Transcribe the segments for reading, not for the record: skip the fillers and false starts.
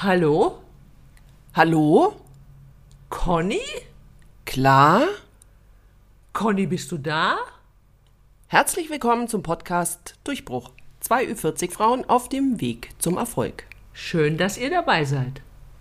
Hallo? Hallo? Conny? Klar? Conny, bist du da? Herzlich willkommen zum Podcast Durchbruch. Zwei Ü40 Frauen auf dem Weg zum Erfolg. Schön, dass ihr dabei seid.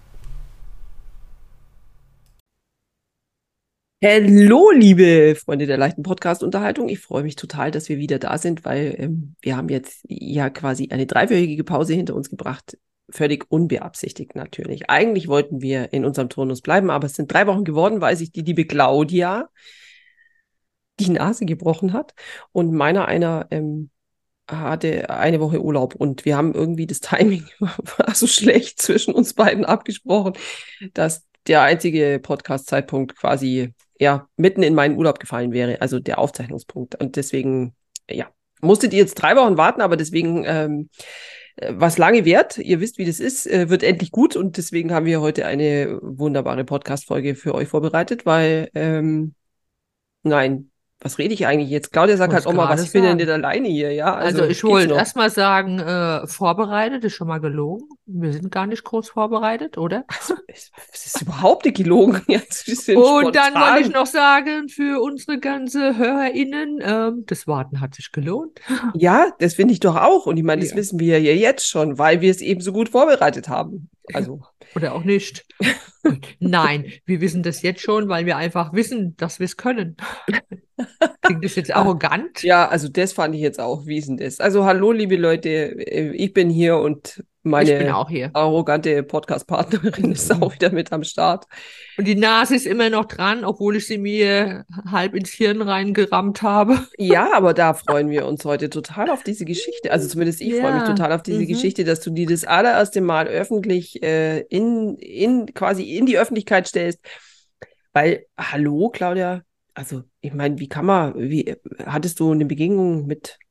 Hallo, liebe Freunde der leichten Podcast-Unterhaltung. Ich freue mich total, dass wir wieder da sind, weil wir haben jetzt ja quasi eine dreiwöchige Pause hinter uns gebracht. Völlig unbeabsichtigt natürlich. Eigentlich wollten wir in unserem Turnus bleiben, aber es sind 3 Wochen geworden, weil sich die liebe Claudia die Nase gebrochen hat und meiner einer hatte eine Woche Urlaub und wir haben irgendwie das Timing war so schlecht zwischen uns beiden abgesprochen, dass der einzige Podcast-Zeitpunkt quasi ja mitten in meinen Urlaub gefallen wäre, also der Aufzeichnungspunkt. Und deswegen, ja, musstet ihr jetzt 3 Wochen warten, aber deswegen, was lange währt, ihr wisst, wie das ist, wird endlich gut und deswegen haben wir heute eine wunderbare Podcast-Folge für euch vorbereitet, weil, nein, was rede ich eigentlich jetzt? Claudia sagt Wollte halt es auch mal gerade was, ich bin ja nicht sagen. alleine hier, ja, Also also ich geht's wollte noch. erst mal sagen, vorbereitet ist schon mal gelogen. Wir sind gar nicht groß vorbereitet, oder? Also, es ist überhaupt nicht gelogen. Jetzt, wir sind Und dann wollte ich spontan. noch sagen, für unsere ganze HörerInnen, das Warten hat sich gelohnt. Ja, das finde ich doch auch. Und ich meine, das Ja. wissen wir ja jetzt schon, weil wir es eben so gut vorbereitet haben. Also, Oder auch nicht. Und nein, wir wissen das jetzt schon, weil wir einfach wissen, dass wir es können. Klingt das jetzt ah, arrogant? ja, also das fand ich jetzt auch, wie ist denn das? Also, hallo, liebe Leute, ich bin hier und Ich bin meine auch hier. arrogante Podcast-Partnerin ist auch wieder mit am Start. Und die Nase ist immer noch dran, obwohl ich sie mir halb ins Hirn reingerammt habe. Ja, aber da freuen wir uns heute total auf diese Geschichte. Also zumindest ich freue mich Ja. total auf diese Mhm. Geschichte, dass du die das allererste Mal öffentlich quasi in die Öffentlichkeit stellst. Weil, hallo, Claudia, also ich meine, hattest du eine Begegnung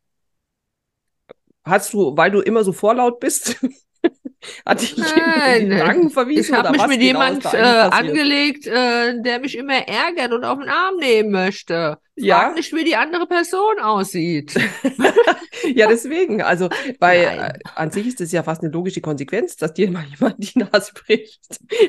hast du, weil du immer so vorlaut bist, hat dich jemand in die Nein, Zangen ich verwiesen habe oder mich was mit genau ist jemand da eigentlich passiert? angelegt, der mich immer ärgert und auf den Arm nehmen möchte. Frag Ja, nicht, wie die andere Person aussieht. ja, deswegen. Also, weil Nein. an sich ist es ja fast eine logische Konsequenz, dass dir mal jemand die Nase bricht.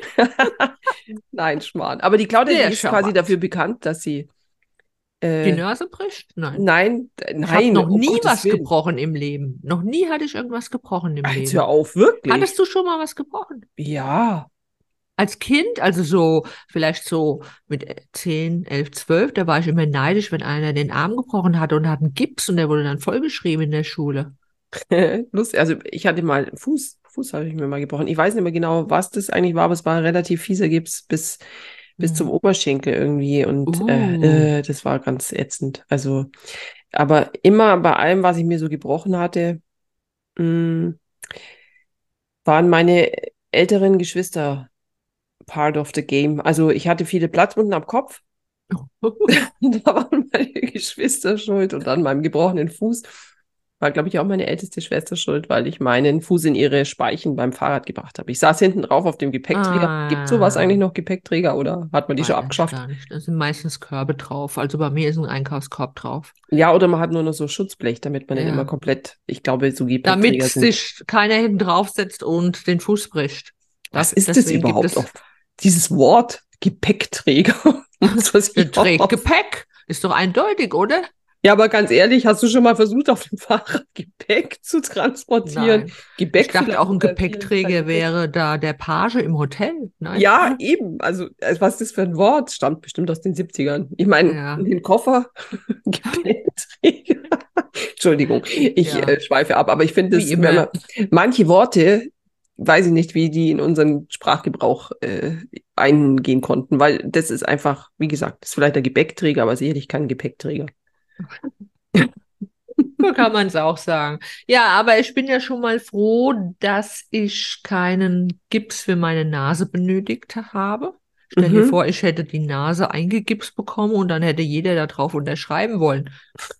Nein, Schmarrn. Aber die Claudia, die Sehr ist quasi dafür charmant. bekannt, dass sie, Die äh, Nase bricht? Nein. nein, Ich habe nein, noch um nie Gottes was Willen. gebrochen im Leben. Noch nie hatte ich irgendwas gebrochen im Jetzt hör Leben. auf, wirklich. Hattest du schon mal was gebrochen? Ja. Als Kind, also so, vielleicht so mit 10, 11, 12, da war ich immer neidisch, wenn einer den Arm gebrochen hatte und hat einen Gips und der wurde dann vollgeschrieben in der Schule. Lustig. Also, ich hatte mal Fuß habe ich mir mal gebrochen. Ich weiß nicht mehr genau, was das eigentlich war, aber es war ein relativ fieser Gips bis zum Hm. Oberschenkel irgendwie und Uh, das war ganz ätzend. Also, aber immer bei allem, was ich mir so gebrochen hatte, mh, waren meine älteren Geschwister part of the game. Also ich hatte viele Platzwunden am Kopf. Da waren meine Geschwister schuld und an meinem gebrochenen Fuß war, glaube ich, auch meine älteste Schwester schuld, weil ich meinen Fuß in ihre Speichen beim Fahrrad gebracht habe. Ich saß hinten drauf auf dem Gepäckträger. Gibt es sowas ah, eigentlich noch, Gepäckträger, oder hat man die schon weiß ich abgeschafft? gar nicht. Da sind meistens Körbe drauf. Also bei mir ist ein Einkaufskorb drauf. Ja, oder man hat nur noch so Schutzblech, damit man nicht immer Ja. komplett, ich glaube, so Damit Gepäckträger sind. sich keiner hinten draufsetzt und den Fuß bricht. Was ist das Deswegen gibt überhaupt es, oft? Dieses Wort Gepäckträger. Was weiß der ich auch trägt auf. Gepäck. Ist doch eindeutig, oder? Ja, aber ganz ehrlich, hast du schon mal versucht, auf dem Fahrrad Gepäck zu transportieren? Nein. Ich Gepäck dachte auch, vielleicht, ein aber kein Gepäckträger Gepäck. wäre da der Page im Hotel. Nein? Ja, eben. Also, was ist das für ein Wort? Stammt bestimmt aus den 70ern. Ich meine, Ja. den Koffer, Gepäckträger. Entschuldigung, ich Ja. schweife ab, aber ich finde Wie es, wenn man immer. manche Worte, weiß ich nicht, wie die in unseren Sprachgebrauch eingehen konnten, weil das ist einfach, wie gesagt, das ist vielleicht der Gepäckträger, aber sicherlich kein Gepäckträger. So kann man es auch sagen. Ja, aber ich bin ja schon mal froh, dass ich keinen Gips für meine Nase benötigt habe. Stell dir Mhm. vor, ich hätte die Nase eingegipst bekommen und dann hätte jeder da drauf unterschreiben wollen.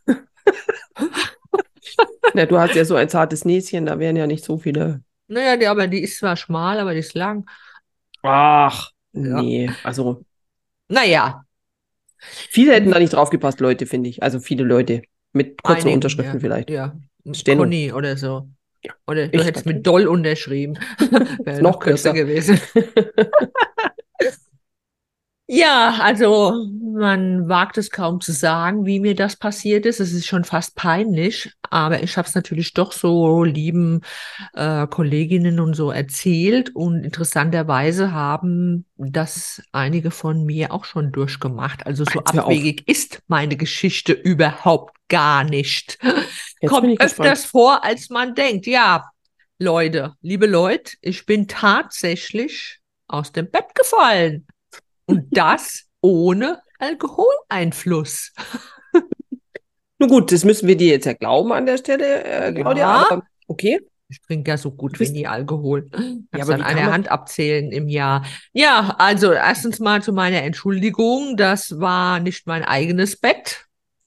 Ja, du hast ja so ein zartes Näschen, da wären ja nicht so viele. Naja, aber die ist zwar schmal, aber die ist lang. Ach, Ja. nee. Also, Naja, viele hätten da nicht drauf gepasst, Leute, finde ich. Also viele Leute mit kurzen einigen, Unterschriften ja. vielleicht. Ja. Steno. Conny oder so. Oder du Ich hättest mit natürlich. doll unterschrieben. Wäre noch Noch kürzer kürzer. gewesen. Ja, also man wagt es kaum zu sagen, wie mir das passiert ist. Es ist schon fast peinlich, aber ich habe es natürlich doch so lieben Kolleginnen und so erzählt und interessanterweise haben das einige von mir auch schon durchgemacht. Also so Jetzt hör auf. abwegig ist meine Geschichte überhaupt gar nicht. Jetzt bin Kommt ich gespannt. öfters vor, als man denkt. Ja, Leute, liebe Leute, ich bin tatsächlich aus dem Bett gefallen. Und das ohne Alkoholeinfluss. Nun gut, das müssen wir dir jetzt ja glauben an der Stelle, Claudia, Ja, aber okay. ich trinke ja so Du gut wie bist, nie Alkohol. ja, Kannst aber an wie kann einer man, Hand abzählen im Jahr. Ja, also erstens mal zu meiner Entschuldigung, das war nicht mein eigenes Bett.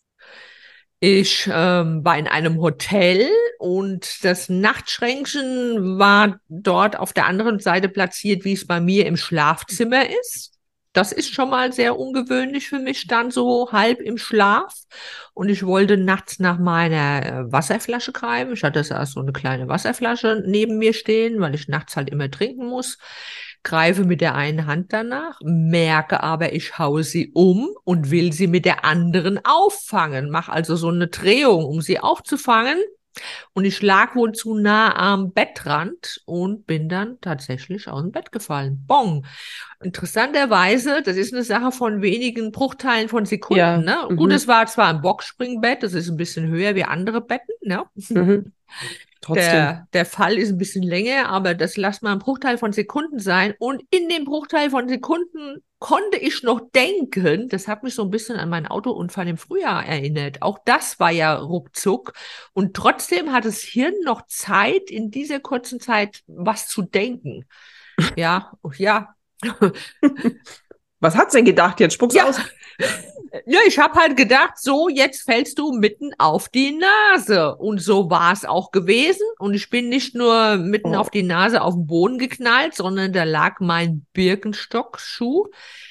Ich war in einem Hotel und das Nachtschränkchen war dort auf der anderen Seite platziert, wie es bei mir im Schlafzimmer ist. Das ist schon mal sehr ungewöhnlich für mich, dann so halb im Schlaf. Und ich wollte nachts nach meiner Wasserflasche greifen. Ich hatte erst so eine kleine Wasserflasche neben mir stehen, weil ich nachts halt immer trinken muss. Greife mit der einen Hand danach, merke aber, ich haue sie um und will sie mit der anderen auffangen. Mache also so eine Drehung, um sie aufzufangen. Und ich lag wohl zu nah am Bettrand und bin dann tatsächlich aus dem Bett gefallen. Bong. Interessanterweise, das ist eine Sache von wenigen Bruchteilen von Sekunden. ja, Ne? Gut, es war zwar ein Boxspringbett, das ist ein bisschen höher wie andere Betten. Ne? mhm. Trotzdem. Der Fall ist ein bisschen länger, aber das lässt mal ein Bruchteil von Sekunden sein. Und in dem Bruchteil von Sekunden konnte ich noch denken, das hat mich so ein bisschen an meinen Autounfall im Frühjahr erinnert. Auch das war ja ruckzuck. Und trotzdem hat das Hirn noch Zeit, in dieser kurzen Zeit was zu denken. Ja, ja. Was hat's denn gedacht? Jetzt spuck's Ja, aus. ja, ich habe halt gedacht, so, jetzt fällst du mitten auf die Nase. Und so war es auch gewesen. Und ich bin nicht nur mitten auf Oh. die Nase auf den Boden geknallt, sondern da lag mein Birkenstock-Schuh.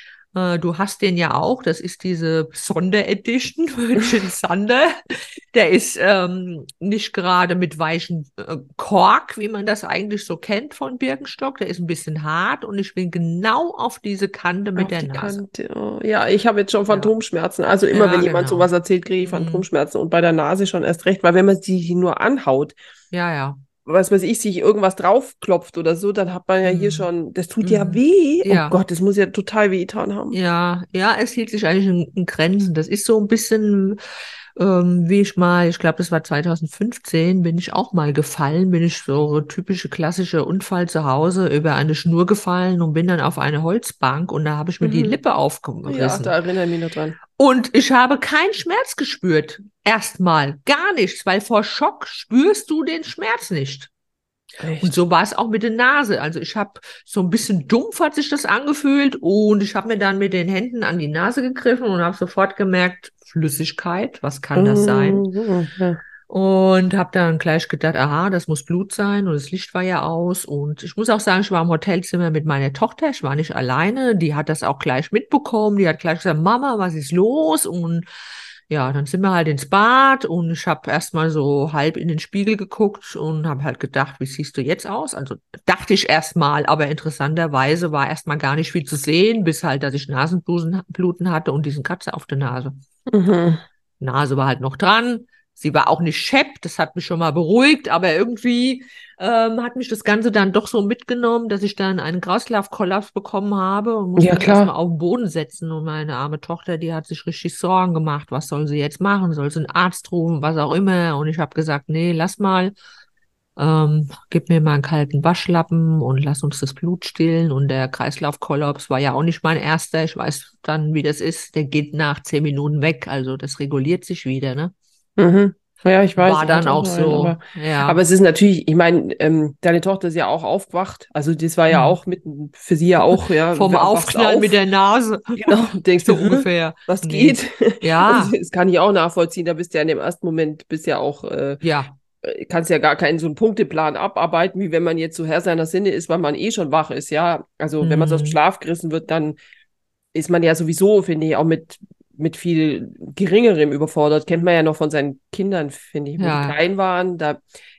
Du hast den ja auch. Das ist diese Sonderedition für Gin Sander. Der ist nicht gerade mit weichem Kork, wie man das eigentlich so kennt von Birkenstock. Der ist ein bisschen hart und ich bin genau auf diese Kante mit Auf der die Nase. Kante. Oh. Ja, ich habe jetzt schon Ja, Phantomschmerzen. Also immer, wenn ja, jemand genau. sowas erzählt, kriege ich Mhm. Phantomschmerzen. Und bei der Nase schon erst recht, weil wenn man sie nur anhaut, Ja, ja. was weiß ich, sich irgendwas draufklopft oder so, dann hat man ja hier Mhm. schon, das tut ja Mhm. weh. Oh Ja, Gott, das muss ja total weh getan haben. ja, ja, es hielt sich eigentlich in Grenzen. Das ist so ein bisschen, wie ich glaube, das war 2015, bin ich auch mal gefallen, bin ich so typische klassische Unfall zu Hause über eine Schnur gefallen und bin dann auf eine Holzbank und da habe ich mir die Mhm. Lippe Ja, da aufgerissen. erinnere ich mich noch dran. Und ich habe keinen Schmerz gespürt. Erstmal gar nichts, weil vor Schock spürst du den Schmerz nicht. Und Echt? so war es auch mit der Nase. Also ich habe so ein bisschen dumpf hat sich das angefühlt und ich habe mir dann mit den Händen an die Nase gegriffen und habe sofort gemerkt, Flüssigkeit, was kann das sein? Mhm. Ja. Und habe dann gleich gedacht, aha, das muss Blut sein und das Licht war ja aus. Und ich muss auch sagen, ich war im Hotelzimmer mit meiner Tochter, ich war nicht alleine. Die hat das auch gleich mitbekommen. Die hat gleich gesagt, Mama, was ist los? Und ja, dann sind wir halt ins Bad und ich habe erstmal so halb in den Spiegel geguckt und habe halt gedacht, wie siehst du jetzt aus? Also dachte ich erstmal, aber interessanterweise war erstmal gar nicht viel zu sehen, bis halt, dass ich Nasenbluten hatte und diesen Kratzer auf der Nase. Mhm. Nase war halt noch dran. Sie war auch nicht schepp, das hat mich schon mal beruhigt, aber irgendwie hat mich das Ganze dann doch so mitgenommen, dass ich dann einen Kreislaufkollaps bekommen habe und musste Ja, mich erstmal klar. auf den Boden setzen. Und meine arme Tochter, die hat sich richtig Sorgen gemacht. Was soll sie jetzt machen? Soll sie einen Arzt rufen, was auch immer? Und ich habe gesagt, nee, lass mal. Gib mir mal einen kalten Waschlappen und lass uns das Blut stillen. Und der Kreislaufkollaps war ja auch nicht mein erster. Ich weiß dann, wie das ist. Der geht nach 10 Minuten weg. Also das reguliert sich wieder, ne? Mhm. Ja, ich weiß, War ich dann hatte auch auch so einen, so, aber ja. es ist natürlich, ich meine, deine Tochter ist ja auch aufgewacht, also das war ja Hm. auch für sie ja auch, ja, Vom wachst Aufknallen mit auf, der Nase. genau, und denkst So du, hä, ungefähr. was Nee. geht? Also Ja, das kann ich auch nachvollziehen, da bist du ja in dem ersten Moment, bist ja auch, ja. kannst ja gar keinen so einen Punkteplan abarbeiten, wie wenn man jetzt so Herr seiner Sinne ist, weil man eh schon wach ist, ja, also wenn man so aus dem Hm. Schlaf gerissen wird, dann ist man ja sowieso, finde ich, auch mit viel Geringerem überfordert. Kennt man ja noch von seinen Kindern, finde ich, wo die Ja, klein waren. Da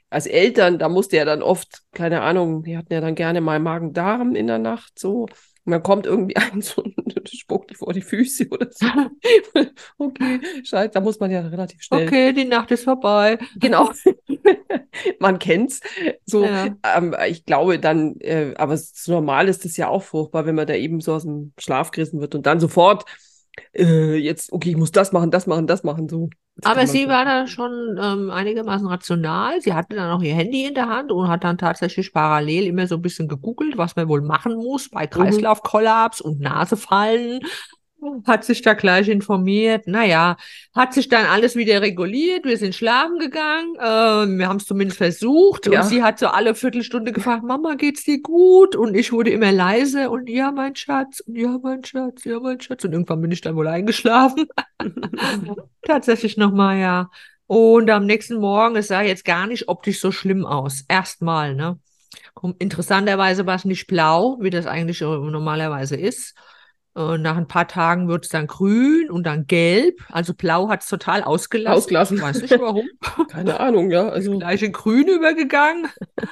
als Eltern, da musste ja dann oft, keine Ahnung, die hatten ja dann gerne mal Magen-Darm in der Nacht so. Und dann kommt irgendwie ein so und spuckt die vor die Füße oder so. Okay, scheiße, da muss man ja relativ schnell. Okay, die Nacht ist vorbei. Genau, man kennt's. So, Ja. ich glaube dann, aber normal ist das ja auch furchtbar, wenn man da eben so aus dem Schlaf gerissen wird und dann sofort jetzt, okay, ich muss das machen, das machen, das machen, so. Das kann Aber man sie schon. war da schon einigermaßen rational. Sie hatte dann auch ihr Handy in der Hand und hat dann tatsächlich parallel immer so ein bisschen gegoogelt, was man wohl machen muss bei Mhm. Kreislaufkollaps und Nasefallen. Hat sich da gleich informiert. Naja, hat sich dann alles wieder reguliert. Wir sind schlafen gegangen. Wir haben es zumindest versucht. Und sie Ja. hat so alle Viertelstunde gefragt, Mama, geht's dir gut? Und ich wurde immer leise und ja, mein Schatz, und ja, mein Schatz, ja, mein Schatz. Und irgendwann bin ich dann wohl eingeschlafen. Tatsächlich nochmal, ja. Und am nächsten Morgen, es sah jetzt gar nicht optisch so schlimm aus. Erstmal, ne? Interessanterweise war es nicht blau, wie das eigentlich normalerweise ist. Nach ein paar Tagen wird es dann grün und dann gelb. Also blau hat es total ausgelassen. Ich Ausgelassen. weiß nicht warum. Keine Ahnung, ja. Ist Also. gleich in grün übergegangen.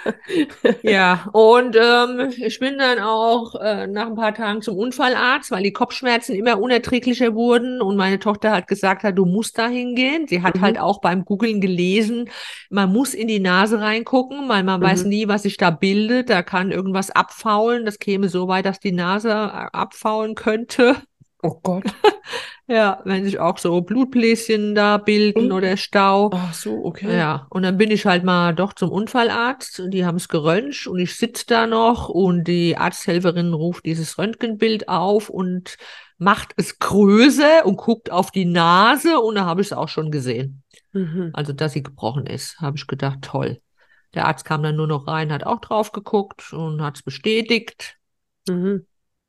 Ja, und ich bin dann auch nach ein paar Tagen zum Unfallarzt, weil die Kopfschmerzen immer unerträglicher wurden und meine Tochter hat gesagt, du musst da hingehen. Sie hat halt Mhm. auch beim Googlen gelesen, man muss in die Nase reingucken, weil man weiß Mhm. nie, was sich da bildet. Da kann irgendwas abfaulen. Das käme so weit, dass die Nase abfaulen könnte. Oh Gott. Ja, wenn sich auch so Blutbläschen da bilden oder Stau. Ach so, okay. Ja, und dann bin ich halt mal doch zum Unfallarzt. Die haben es geröntgt und ich sitze da noch und die Arzthelferin ruft dieses Röntgenbild auf und macht es größer und guckt auf die Nase und da habe ich es auch schon gesehen. Mhm. Also, dass sie gebrochen ist, habe ich gedacht, toll. Der Arzt kam dann nur noch rein, hat auch drauf geguckt und hat es bestätigt. Mhm.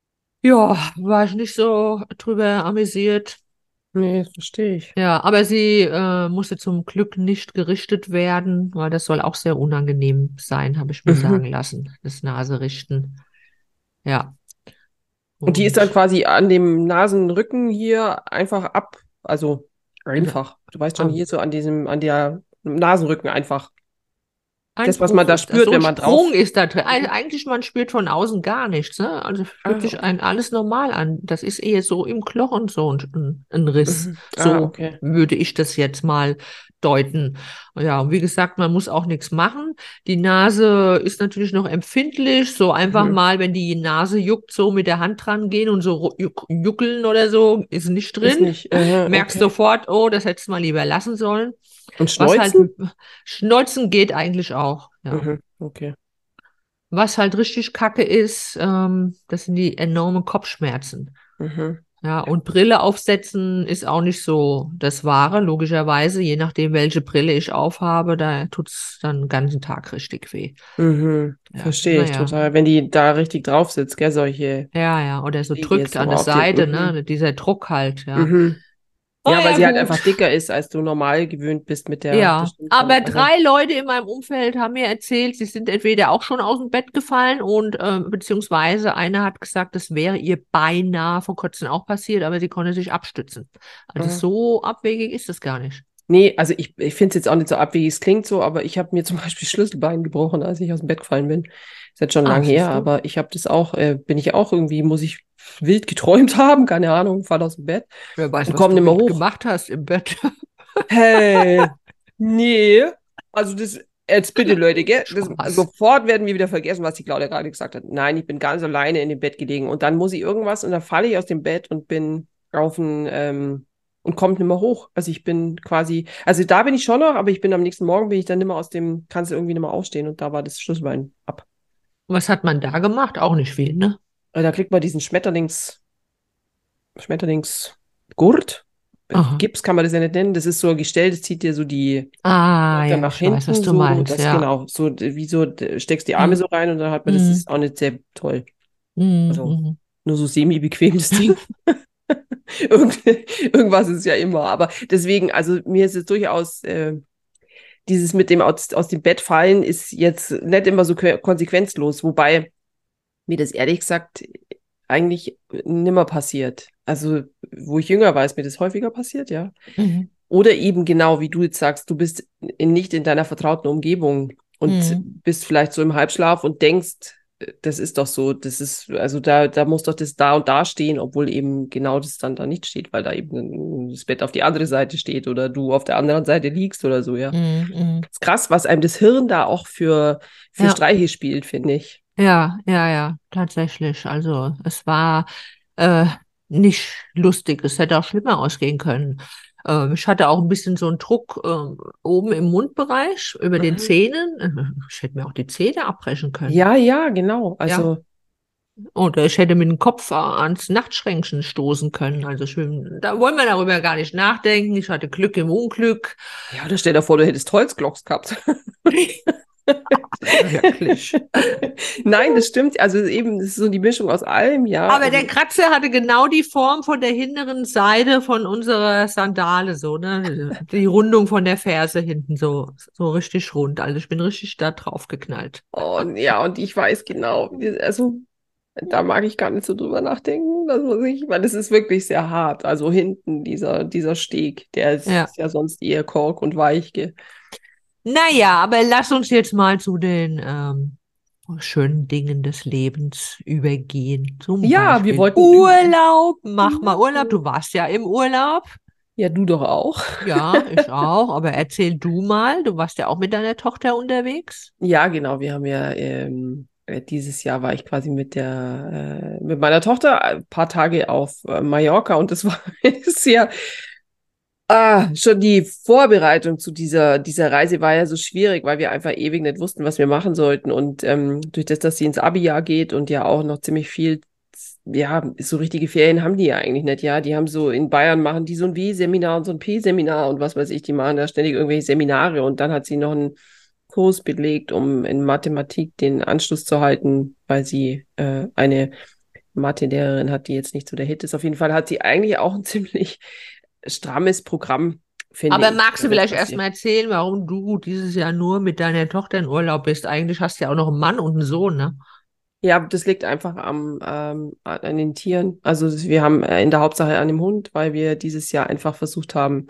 Ja, war ich nicht so drüber amüsiert. Nee, das verstehe ich. Ja, aber sie musste zum Glück nicht gerichtet werden, weil das soll auch sehr unangenehm sein, habe ich mir Mhm. sagen lassen, das Naserichten. Ja, Und die ist dann und quasi an dem Nasenrücken hier einfach ab. Also ja, einfach. Du weißt schon, am hier so an der Nasenrücken einfach. Ein Das, was man Bruch da ist das. spürt, So ein wenn man Sprung drauf. ist da drin. Mhm. Eigentlich, man spürt von außen gar nichts, ne? Also fühlt Ah, sich okay. ein alles normal an. Das ist eher so im Knochen so ein Riss. Mhm. Ah, So okay. würde ich das jetzt mal deuten. Ja, und wie gesagt, man muss auch nichts machen. Die Nase ist natürlich noch empfindlich. So einfach Mhm. mal, wenn die Nase juckt, so mit der Hand dran gehen und so juckeln oder so, ist nicht Ist drin. nicht. Merkst Okay. sofort, oh, das hättest du mal lieber lassen sollen. Und Was halt, Schneuzen? Schneuzen geht eigentlich auch, ja. Mhm. Okay. Was halt richtig kacke ist, das sind die enormen Kopfschmerzen. Mhm. Ja, und Brille aufsetzen ist auch nicht so das Wahre, logischerweise. Je nachdem, welche Brille ich aufhabe, da tut's dann den ganzen Tag richtig weh. Mhm. Ja, Verstehe ich naja. total. Wenn die da richtig drauf sitzt, gell, solche Ja, ja. Oder so Fliege drückt so an der auf den. Seite, Mhm. ne? Dieser Druck halt, ja. Mhm. Oh Ja, weil ja, sie halt einfach gut. dicker ist, als du normal gewöhnt bist mit der, das Ja, stimmt schon. aber Also, 3 Leute in meinem Umfeld haben mir erzählt, sie sind entweder auch schon aus dem Bett gefallen und beziehungsweise eine hat gesagt, das wäre ihr beinahe vor kurzem auch passiert, aber sie konnte sich abstützen. Also äh, so abwegig ist es gar nicht. nee, also ich finde es jetzt auch nicht so abwegig, es klingt so, aber ich habe mir zum Beispiel Schlüsselbein gebrochen, als ich aus dem Bett gefallen bin. Ist jetzt schon Ah, lang her, siehst du? aber ich habe das auch, bin ich auch irgendwie, muss ich wild geträumt haben, keine Ahnung, fall aus dem Bett Wer weiß, und was komme nicht du mehr wild hoch. gemacht hast im Bett. Hey, nee. Also das, jetzt bitte Leute, gell? Das, Spaß. sofort werden wir wieder vergessen, was die Claudia gerade gesagt hat. Nein, ich bin ganz alleine in dem Bett gelegen und dann muss ich irgendwas und dann falle ich aus dem Bett und bin auf ein, und kommt nicht mehr hoch. Also ich bin quasi, also da bin ich schon noch, aber ich bin am nächsten Morgen bin ich dann nicht mehr aus dem, kannst du irgendwie nicht mehr aufstehen und da war das Schlüsselbein ab. Was hat man da gemacht? Auch nicht viel, ne? Da kriegt man diesen Schmetterlingsgurt. Aha. Gips kann man das ja nicht nennen. Das ist so ein Gestell, das zieht dir so die Ah, Schulter ja, nach ich weiß, was hinten, du so, meinst, das ja. genau, so wie so, steckst die Arme Mhm. so rein und dann hat man, das ist Mhm. auch nicht sehr toll. Mhm. Also Mhm. nur so semi-bequem das Ding. Irgendwas ist ja immer. Aber deswegen, also mir ist es durchaus, dieses mit dem aus dem Bett fallen ist jetzt nicht immer so konsequenzlos, wobei mir das ehrlich gesagt eigentlich nimmer passiert. Also, wo ich jünger war, ist mir das häufiger passiert, ja. Mhm. Oder eben genau, wie du jetzt sagst, du bist nicht in deiner vertrauten Umgebung und Mhm. bist vielleicht so im Halbschlaf und denkst, das ist doch so, das ist, also da muss doch das da und da stehen, obwohl eben genau das dann da nicht steht, weil da eben das Bett auf die andere Seite steht oder du auf der anderen Seite liegst oder so, ja. Mhm. Mhm. Ist krass, was einem das Hirn da auch für Ja, Streiche spielt, finde ich. ja, tatsächlich. Also es war äh, nicht lustig. Es hätte auch schlimmer ausgehen können. Ich hatte auch ein bisschen so einen Druck oben im Mundbereich über den Mhm. Zähnen. Ich hätte mir auch die Zähne abbrechen können. Ja, ja, genau. Ja. Also, Oder ich hätte mit dem Kopf ans Nachtschränkchen stoßen können. Also da wollen wir darüber gar nicht nachdenken. Ich hatte Glück im Unglück. ja, oder stell dir vor, du hättest Holzglocks gehabt. Wirklich. Nein, das stimmt. Also eben, das ist so die Mischung aus allem, ja. Aber Also, der Kratzer hatte genau die Form von der hinteren Seite von unserer Sandale, so, ne? Die Rundung von der Ferse hinten, so richtig rund. Also ich bin richtig da drauf geknallt. und ja, und ich weiß genau, also da mag ich gar nicht so drüber nachdenken. Das muss ich, weil das ist wirklich sehr hart. Also hinten dieser Steg, der Ja. ist ja sonst eher Kork und weich. Gell? Naja, aber lass uns jetzt mal zu den schönen Dingen des Lebens übergehen. Zum Ja, wir Beispiel wollten über. Urlaub. Mach mal Urlaub. Du warst ja im Urlaub. Ja, du doch auch. Ja, ich auch. Aber erzähl du mal. Du warst ja auch mit deiner Tochter unterwegs. Ja, genau. Wir haben ja dieses Jahr war ich quasi mit meiner Tochter ein paar Tage auf Mallorca und das war sehr. Schon die Vorbereitung zu dieser Reise war ja so schwierig, weil wir einfach ewig nicht wussten, was wir machen sollten. Und durch das, dass sie ins Abi-Jahr geht und ja auch noch ziemlich viel, ja, so richtige Ferien haben die ja eigentlich nicht, ja. Die haben so in Bayern machen die so ein W-Seminar und so ein P-Seminar und was weiß ich, die machen da ständig irgendwelche Seminare und dann hat sie noch einen Kurs belegt, um in Mathematik den Anschluss zu halten, weil sie eine Mathelehrerin hat, die jetzt nicht so der Hit ist. Auf jeden Fall hat sie eigentlich auch ein ziemlich strammes Programm, finde Aber ich, magst du für das, vielleicht was wir. erstmal erzählen, warum du dieses Jahr nur mit deiner Tochter in Urlaub bist? Eigentlich hast du ja auch noch einen Mann und einen Sohn, ne? Ja, das liegt einfach an den Tieren. Also wir haben in der Hauptsache an dem Hund, weil wir dieses Jahr einfach versucht haben,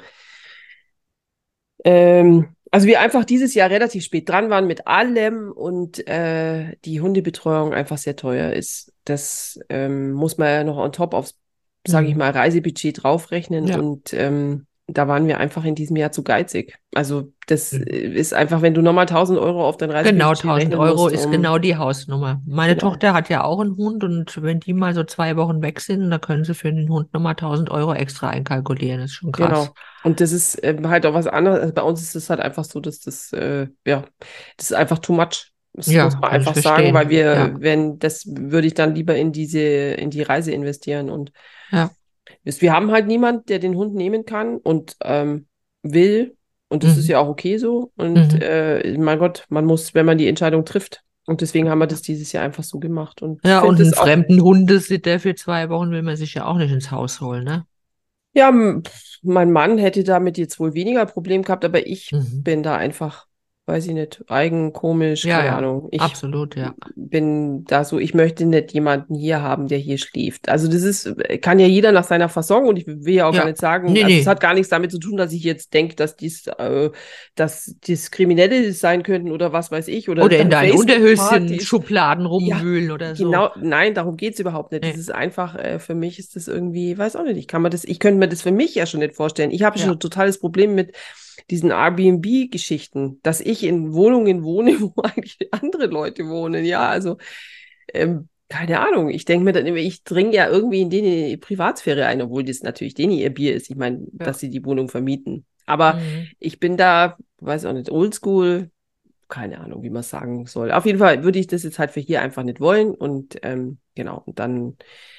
also wir einfach dieses Jahr relativ spät dran waren mit allem und die Hundebetreuung einfach sehr teuer ist. Das muss man ja noch on top aufs, sage ich Hm. mal, Reisebudget draufrechnen Ja. und da waren wir einfach in diesem Jahr zu geizig. Also das Mhm. ist einfach, wenn du nochmal 1.000 € auf dein Genau, Reisebudget 1000 rechnen Euro musst, ist genau die Hausnummer. Meine genau. Tochter hat ja auch einen Hund und wenn die mal so 2 Wochen weg sind, dann können sie für den Hund nochmal 1000 Euro extra einkalkulieren. Das ist schon krass. Genau. Und das ist halt auch was anderes. Also bei uns ist es halt einfach so, dass das ist einfach too much. Das muss Ja, man kann ich einfach sagen, weil verstehen. Ja, das würde ich dann lieber in die Reise investieren. Und ja. wir haben halt niemand, der den Hund nehmen kann und will. Und das ist Mhm. ja auch okay so. Und Mhm. mein Gott, man muss, wenn man die Entscheidung trifft. Und deswegen haben wir das dieses Jahr einfach so gemacht. Und ich Ja, und finde einen das auch. fremden Hundesitter für 2 Wochen will man sich ja auch nicht ins Haus holen, ne? Ja, mein Mann hätte damit jetzt wohl weniger Problem gehabt, aber ich Mhm. bin da einfach, weiß ich nicht, eigen, komisch, Ja, keine ja, Ahnung. Ich absolut, ja. bin da so, ich möchte nicht jemanden hier haben, der hier schläft. Also das ist, kann ja jeder nach seiner Fasson und ich will ja auch gar Ja. nicht sagen, Nee, also es nee. hat gar nichts damit zu tun, dass ich jetzt denke, dass dies Kriminelle sein könnten oder was weiß ich oder Oder in dann deinen Facebook-Partys. Unterhöschen-Schubladen Ja, rumwühlen oder so. genau, nein, darum geht es überhaupt nicht. Das Nee. ist einfach, für mich ist das irgendwie, weiß auch nicht, ich könnte mir das für mich ja schon nicht vorstellen. Ich habe schon ein Ja. totales Problem mit diesen Airbnb-Geschichten, dass ich in Wohnungen wohne, wo eigentlich andere Leute wohnen. Ja, also, keine Ahnung. Ich denke mir dann immer, ich dringe ja irgendwie in denen Privatsphäre ein, obwohl das natürlich denen ihr Bier ist. Ich meine, dass Ja. sie die Wohnung vermieten. Aber Mhm. ich bin da, weiß auch nicht, oldschool, keine Ahnung, wie man es sagen soll. Auf jeden Fall würde ich das jetzt halt für hier einfach nicht wollen. Und genau, und dann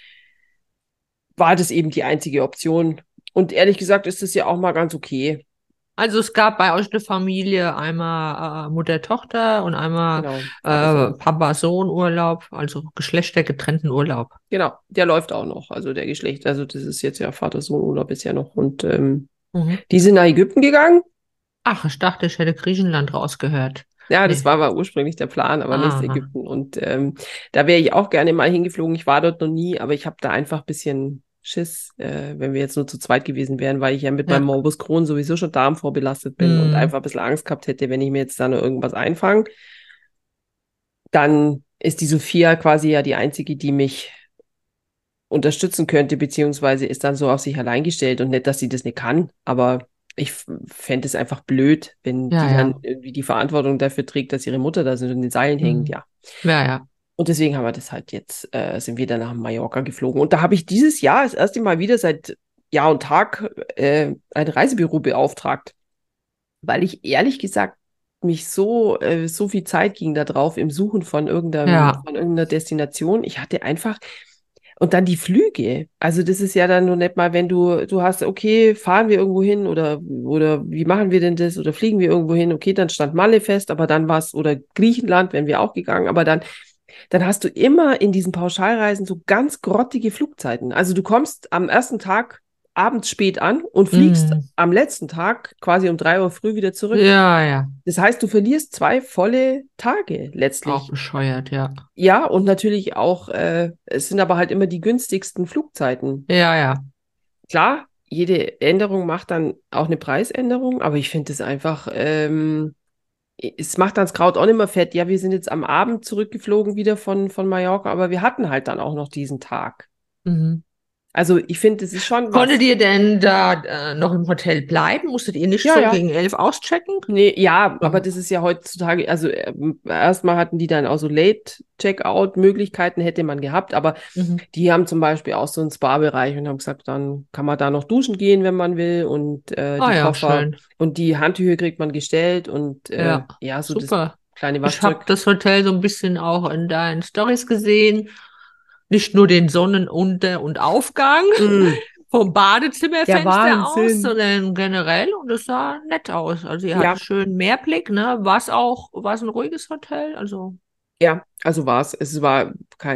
war das eben die einzige Option. Und ehrlich gesagt ist das ja auch mal ganz okay. Also es gab bei euch eine Familie, einmal Mutter-Tochter und einmal Genau, Vater-Sohn. Papa-Sohn-Urlaub, also geschlechtergetrennten Urlaub. Genau, der läuft auch noch. Also der Geschlecht, also das ist jetzt ja Vater-Sohn-Urlaub ist ja noch. Und Mhm. die sind nach Ägypten gegangen. Ach, ich dachte, ich hätte Griechenland rausgehört. Ja, das Nee. war mal ursprünglich der Plan, aber nächstes Aha. Ägypten. Und da wäre ich auch gerne mal hingeflogen. Ich war dort noch nie, aber ich habe da einfach ein bisschen. Schiss, wenn wir jetzt nur zu zweit gewesen wären, weil ich ja mit Ja. meinem Morbus Crohn sowieso schon darmvorbelastet bin und einfach ein bisschen Angst gehabt hätte, wenn ich mir jetzt da noch irgendwas einfange. Dann ist die Sophia quasi ja die Einzige, die mich unterstützen könnte, beziehungsweise ist dann so auf sich allein gestellt und nicht, dass sie das nicht kann, aber ich fände es einfach blöd, wenn Ja, die dann ja. irgendwie die Verantwortung dafür trägt, dass ihre Mutter da so in den Seilen hängt, Mhm. ja. Ja, ja. Und deswegen haben wir das halt jetzt, sind wir dann nach Mallorca geflogen. Und da habe ich dieses Jahr das erste Mal wieder seit Jahr und Tag ein Reisebüro beauftragt, weil ich ehrlich gesagt mich so viel Zeit ging da drauf im Suchen Ja. von irgendeiner Destination. Ich hatte einfach, und dann die Flüge. Also das ist ja dann nur nicht mal, wenn du hast, okay, fahren wir irgendwo hin oder wie machen wir denn das oder fliegen wir irgendwo hin? Okay, dann stand Malle fest, aber dann war es, oder Griechenland, wären wir auch gegangen, aber dann hast du immer in diesen Pauschalreisen so ganz grottige Flugzeiten. Also du kommst am ersten Tag abends spät an und fliegst Mhm. am letzten Tag quasi um 3 Uhr früh wieder zurück. Ja, ja. Das heißt, du verlierst 2 volle Tage Auch letztlich. bescheuert, ja. Ja, und natürlich auch, es sind aber halt immer die günstigsten Flugzeiten. Ja, ja. Klar, jede Änderung macht dann auch eine Preisänderung, aber ich finde es einfach, es macht dann das Kraut auch nicht mehr fett. Ja, wir sind jetzt am Abend zurückgeflogen wieder von Mallorca, aber wir hatten halt dann auch noch diesen Tag. Mhm. Also ich finde, es ist schon Konntet was. ihr denn da noch im Hotel bleiben? Musstet ihr nicht Ja, so ja. gegen 11 auschecken? Nee, ja, aber Ja. das ist ja heutzutage, also erstmal hatten die dann auch so Late-Checkout-Möglichkeiten, hätte man gehabt, aber Mhm. die haben zum Beispiel auch so einen Spa-Bereich und haben gesagt, dann kann man da noch duschen gehen, wenn man will und Ah die ja, Koffer schön. und die Handtücher kriegt man gestellt und Ja, ja, so das super. kleine Ich habe Waschzeug. das Hotel so ein bisschen auch in deinen Stories gesehen. Nicht nur den Sonnenunter- und Aufgang Mm, vom der Badezimmerfenster aus, Wahnsinn. sondern generell. Und es sah nett aus. Also ihr Ja, hattet schön Meerblick, ne? War es ein ruhiges Hotel? Also, ja, also war es. Es war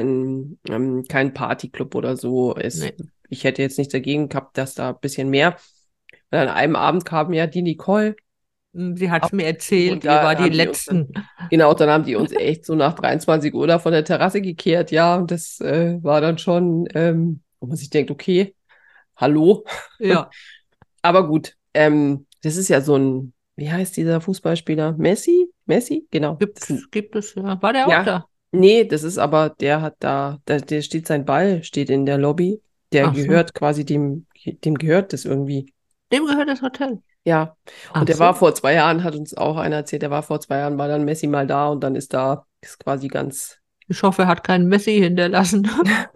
kein Partyclub oder so. nee. Ich hätte jetzt nichts dagegen gehabt, dass da ein bisschen mehr. Und an einem Abend kam ja die Nicole Sie hat auf es mir uns zu erzählt, und ihr da war die haben die uns dann, Letzten. genau, dann haben die uns echt so nach 23 Uhr da von der Terrasse gekehrt, ja, und das war dann schon, wo man sich denkt, okay, hallo, Ja, aber gut, das ist ja so ein, wie heißt dieser Fußballspieler? Messi? Messi? Genau. gibt es, ja. War der auch Ja, da? nee, das ist aber, der steht sein Ball, steht in der Lobby, der Ach so. gehört quasi dem gehört das irgendwie. Dem gehört das Hotel. Ja, und Ach der war so. vor 2 Jahren, hat uns auch einer erzählt, der war vor 2 Jahren, war dann Messi mal da und dann ist quasi ganz, Ich hoffe, er hat keinen Messi hinterlassen.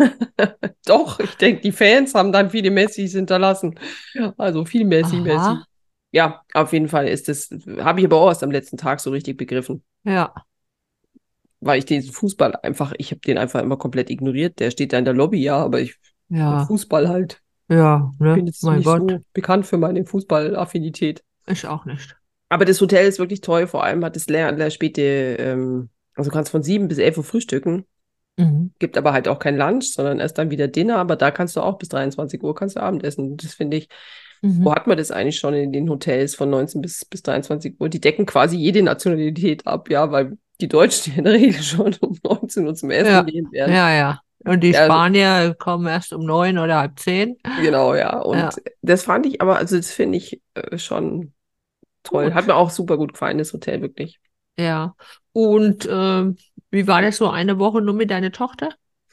doch, ich denke, die Fans haben dann viele Messis hinterlassen. Also viel Messi, Messi. Aha, Ja, auf jeden Fall ist das, habe ich aber auch erst am letzten Tag so richtig begriffen, ja, weil ich den Fußball einfach, ich habe den einfach immer komplett ignoriert. Der steht da in der Lobby, ja, aber ja, Fußball halt. ja, Bin ne? jetzt Mein nicht Gott, so bekannt für meine Fußballaffinität. ich auch nicht. Aber das Hotel ist wirklich toll, vor allem hat es späte, also du kannst von 7 bis 11 Uhr frühstücken, Mhm. gibt aber halt auch kein Lunch, sondern erst dann wieder Dinner, aber da kannst du auch bis 23 Uhr kannst du Abendessen. Das finde ich, wo Mhm. hat man das eigentlich schon in den Hotels von 19 bis 23 Uhr? Die decken quasi jede Nationalität ab, ja, weil die Deutschen ja in der Regel schon um 19 Uhr zum Essen Ja, gehen werden. ja, ja. Und die Ja, also, Spanier kommen erst um 9 oder halb 10. genau, ja. Ja, Und das fand ich aber, also das finde ich schon toll. Hat gut. mir auch super gut gefallen, das Hotel, wirklich. Ja. Und wie war das so eine Woche nur mit deiner Tochter?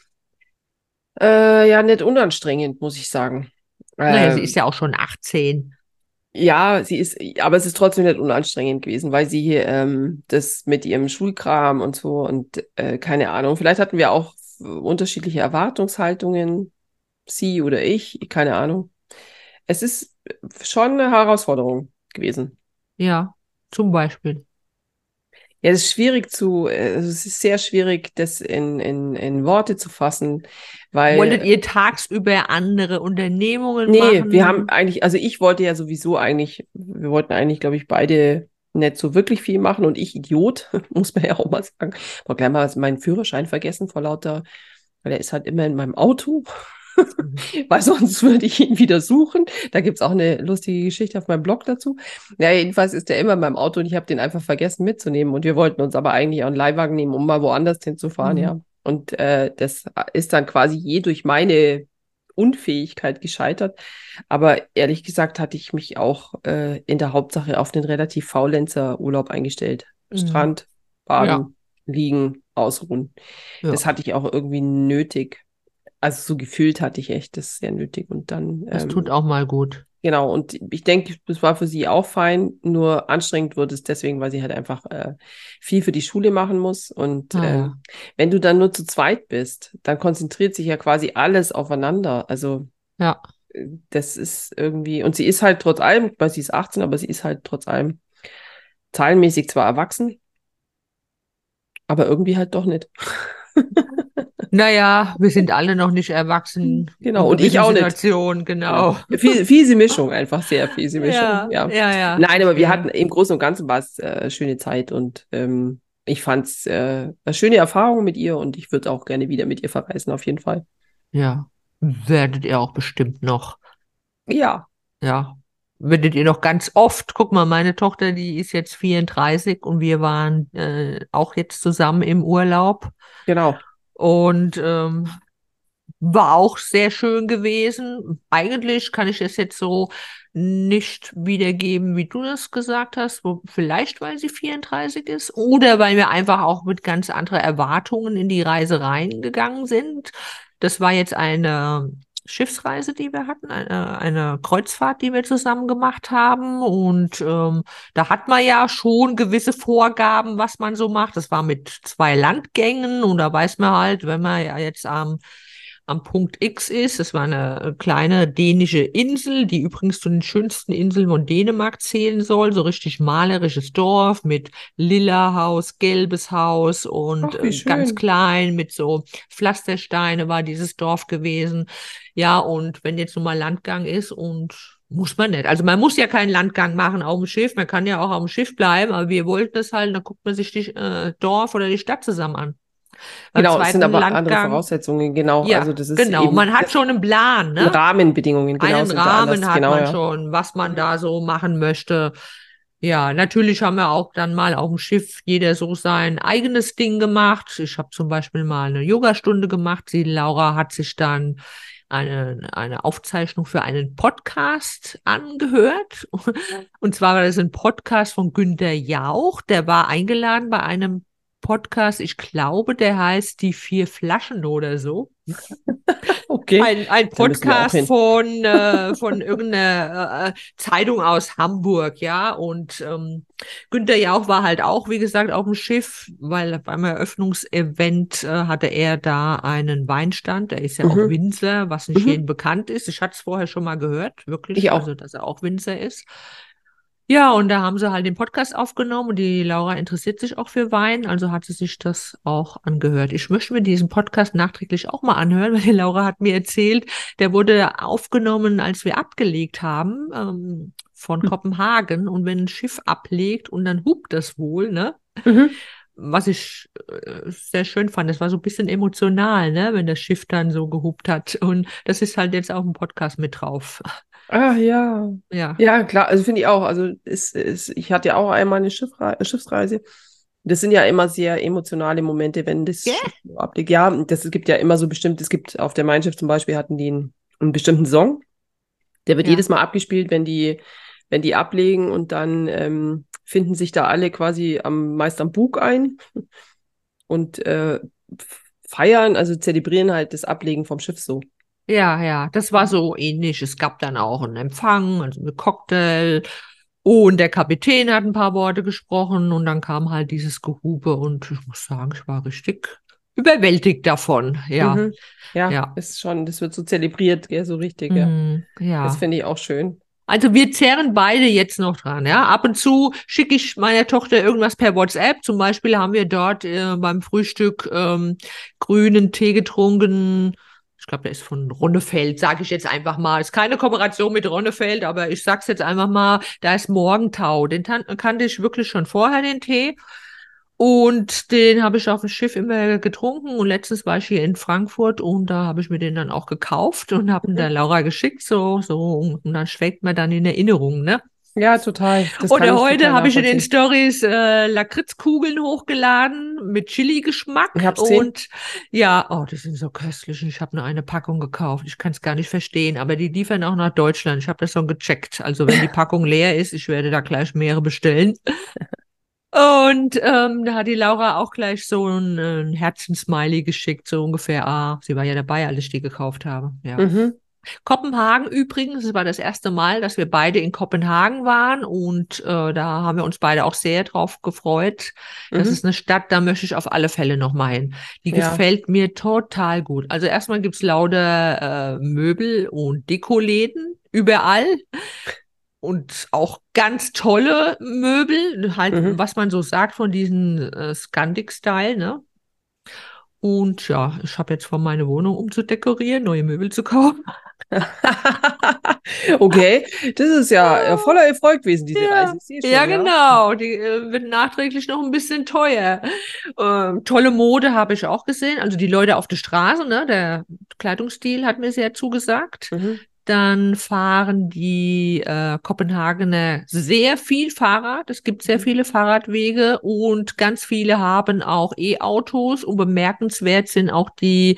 Ja, nicht unanstrengend, muss ich sagen. Naja, sie ist Ähm, ja auch schon 18. ja, aber es ist trotzdem nicht unanstrengend gewesen, weil sie das mit ihrem Schulkram und so und keine Ahnung, vielleicht hatten wir auch unterschiedliche Erwartungshaltungen, sie oder ich, keine Ahnung. Es ist schon eine Herausforderung gewesen. Ja, zum Beispiel. Ja, es ist sehr schwierig, das in Worte zu fassen, Wolltet weil ihr tagsüber andere Unternehmungen nee, wir haben machen? eigentlich, also ich wollte ja sowieso eigentlich, wir wollten eigentlich, glaube ich, beide nicht so wirklich viel machen und ich Idiot, muss man ja auch mal sagen. Aber gleich mal meinen Führerschein vergessen vor lauter, weil er ist halt immer in meinem Auto, Mhm. weil sonst würde ich ihn wieder suchen. Da gibt es auch eine lustige Geschichte auf meinem Blog dazu. Ja, jedenfalls ist er immer in meinem Auto und ich habe den einfach vergessen mitzunehmen und wir wollten uns aber eigentlich auch einen Leihwagen nehmen, um mal woanders hinzufahren, Mhm. ja. Und das ist dann quasi je durch meine Unfähigkeit gescheitert. Aber ehrlich gesagt hatte ich mich auch in der Hauptsache auf den relativ Faulenzer-Urlaub eingestellt. Mhm. Strand, Ja, Baden, liegen, ausruhen. Das ja, hatte ich auch irgendwie nötig. Also so gefühlt hatte ich echt das sehr nötig. Und dann, das tut auch mal gut. genau, und ich denke, das war für sie auch fein, nur anstrengend wird es deswegen, weil sie halt einfach viel für die Schule machen muss. Und Naja, wenn du dann nur zu zweit bist, dann konzentriert sich ja quasi alles aufeinander. Also ja. das ist irgendwie, und sie ist halt trotz allem, weil sie ist 18, aber sie ist halt trotz allem zahlenmäßig zwar erwachsen, aber irgendwie halt doch nicht. Naja, wir sind alle noch nicht erwachsen in Genau, und ich gewissen auch nicht. Situationen, Genau. genau. Fiese Mischung, einfach sehr fiese Mischung, Ja, ja. ja, ja, Nein, aber wir verstehe. hatten im Großen und Ganzen war es schöne Zeit und ich fand es eine schöne Erfahrung mit ihr und ich würde auch gerne wieder mit ihr verreisen, auf jeden Fall. Ja, werdet ihr auch bestimmt noch. Ja, Ja, werdet ihr noch ganz oft. Guck mal, meine Tochter, die ist jetzt 34 und wir waren auch jetzt zusammen im Urlaub genau. und war auch sehr schön gewesen. Eigentlich kann ich es jetzt so nicht wiedergeben, wie du das gesagt hast. Vielleicht, weil sie 34 ist oder weil wir einfach auch mit ganz anderen Erwartungen in die Reise reingegangen sind. Das war jetzt eine Schiffsreise, die wir hatten, eine Kreuzfahrt, die wir zusammen gemacht haben. Und da hat man ja schon gewisse Vorgaben, was man so macht. Das war mit 2 Landgängen und da weiß man halt, wenn man ja jetzt am Punkt X ist. Es war eine kleine dänische Insel, die übrigens zu den schönsten Inseln von Dänemark zählen soll. So richtig malerisches Dorf mit lila Haus, gelbes Haus und Ach, wie ganz schön. klein mit so Pflastersteine war dieses Dorf gewesen. Ja, und wenn jetzt nun mal Landgang ist und muss man nicht. Also man muss ja keinen Landgang machen auf dem Schiff. Man kann ja auch auf dem Schiff bleiben, aber wir wollten es halt, dann guckt man sich die Dorf oder die Stadt zusammen an. Beim Genau, es sind zweiten aber andere Landgang Voraussetzungen, genau. Also ja, das ist genau. eben, Man hat das schon einen Plan, sind ne? Rahmenbedingungen, genau, Einen sind da Rahmen anders, hat genau, man ja. schon, was man Mhm. da so machen möchte. Ja, natürlich haben wir auch dann mal auf dem Schiff jeder so sein eigenes Ding gemacht. Ich habe zum Beispiel mal eine Yogastunde gemacht. Die Laura hat sich dann eine Aufzeichnung für einen Podcast angehört. Und zwar war das ein Podcast von Günter Jauch. Der war eingeladen bei einem Podcast. Ich glaube, der heißt Die 4 Flaschen oder so. Okay, Ein da müssen wir auch Podcast hin. von irgendeiner Zeitung aus Hamburg, ja. Und Günther Jauch war halt auch, wie gesagt, auf dem Schiff, weil beim Eröffnungsevent hatte er da einen Weinstand. Er ist ja auch Mhm. Winzer, was nicht jedem Mhm. bekannt ist. Ich hatte es vorher schon mal gehört, Ich wirklich, auch. also dass er auch Winzer ist. Ja, und da haben sie halt den Podcast aufgenommen und die Laura interessiert sich auch für Wein, also hat sie sich das auch angehört. Ich möchte mir diesen Podcast nachträglich auch mal anhören, weil die Laura hat mir erzählt, der wurde aufgenommen, als wir abgelegt haben, von Kopenhagen. Und wenn ein Schiff ablegt und dann hupt das wohl, ne? Mhm. Was ich sehr schön fand, das war so ein bisschen emotional, ne? Wenn das Schiff dann so gehupt hat. Und das ist halt jetzt auf dem Podcast mit drauf. Ah, ja. Ja. Ja, klar, also finde ich auch. Also ich hatte ja auch einmal eine Schiffsreise. Das sind ja immer sehr emotionale Momente, wenn das Gell? Schiff so ablegt. Ja, es gibt ja immer so bestimmt, es gibt auf der Mein Schiff zum Beispiel hatten die einen bestimmten Song, der wird Ja. jedes Mal abgespielt, wenn die ablegen und dann finden sich da alle quasi meist am Bug ein und feiern, also zelebrieren halt das Ablegen vom Schiff so. Ja, ja, das war so ähnlich. Es gab dann auch einen Empfang, also einen Cocktail. Und der Kapitän hat ein paar Worte gesprochen und dann kam halt dieses Gehupe und ich muss sagen, ich war richtig überwältigt davon. Ja, Mhm. Ja, ja, ist schon, das wird so zelebriert, gell, so richtig, ja. Das ja. finde ich auch schön. Also wir zehren beide jetzt noch dran, ja. Ab und zu schicke ich meiner Tochter irgendwas per WhatsApp. Zum Beispiel haben wir dort beim Frühstück grünen Tee getrunken. Ich glaube, der ist von Ronnefeld, sage ich jetzt einfach mal. Ist keine Kooperation mit Ronnefeld, aber ich sag's jetzt einfach mal, da ist Morgentau. Den kannte ich wirklich schon vorher, den Tee. Und den habe ich auf dem Schiff immer getrunken. Und letztens war ich hier in Frankfurt und da habe ich mir den dann auch gekauft und habe ihn Mhm. der Laura geschickt, so. Und dann schwelgt man dann in Erinnerung, ne? Ja, total. Das kann Oder ich heute total habe ich in den nachvollziehen. Stories Lakritzkugeln hochgeladen mit Ich Chili-Geschmack hab's gesehen. und ja, oh, die sind so köstlich. Ich habe nur eine Packung gekauft. Ich kann es gar nicht verstehen, aber die liefern auch nach Deutschland. Ich habe das schon gecheckt. Also wenn die Packung leer ist, ich werde da gleich mehrere bestellen. Und da hat die Laura auch gleich so ein Herzensmiley geschickt, so ungefähr. Ah, sie war ja dabei, als ich die gekauft habe. Ja. Mhm. Kopenhagen übrigens, es war das erste Mal, dass wir beide in Kopenhagen waren und da haben wir uns beide auch sehr drauf gefreut. Das ist Mhm. eine Stadt, da möchte ich auf alle Fälle noch mal hin. Die Ja. gefällt mir total gut. Also erstmal gibt's lauter Möbel- und Dekoläden überall und auch ganz tolle Möbel, halt Mhm. was man so sagt von diesen Scandic-Style, ne? Und ja, ich habe jetzt vor, meine Wohnung umzudekorieren, neue Möbel zu kaufen. Okay, das ist ja voller Erfolg gewesen, diese Reise. Ja, Ich sehe ja, schon, ja. genau. Die wird nachträglich noch ein bisschen teuer. Tolle Mode habe ich auch gesehen. Also die Leute auf der Straße, ne, der Kleidungsstil hat mir sehr zugesagt. Mhm. Dann fahren die Kopenhagener sehr viel Fahrrad. Es gibt sehr Mhm. viele Fahrradwege und ganz viele haben auch E-Autos. Und bemerkenswert sind auch die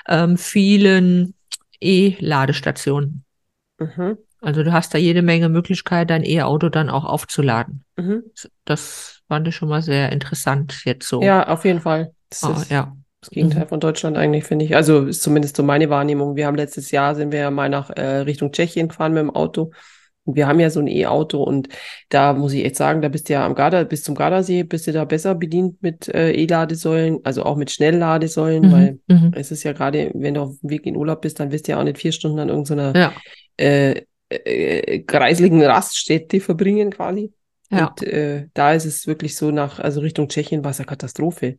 vielen E-Ladestationen. Mhm. Also du hast da jede Menge Möglichkeit, dein E-Auto dann auch aufzuladen. Mhm. Das fand ich schon mal sehr interessant jetzt so. Ja, auf jeden Fall. Das Ah, ist ja. das Gegenteil Mhm. von Deutschland eigentlich, finde ich. Also ist zumindest so meine Wahrnehmung. Wir haben letztes Jahr sind wir ja mal nach Richtung Tschechien gefahren mit dem Auto. Und wir haben ja so ein E-Auto und da muss ich echt sagen, da bist du ja am bis zum Gardasee, bist du da besser bedient mit E-Ladesäulen, also auch mit Schnellladesäulen, Mhm. weil Mhm. es ist ja gerade, wenn du auf dem Weg in Urlaub bist, dann wirst du ja auch nicht 4 Stunden an irgendeiner Ja, äh, kreisligen Raststätte verbringen quasi. ja. Und da ist es wirklich so also Richtung Tschechien war es eine Katastrophe.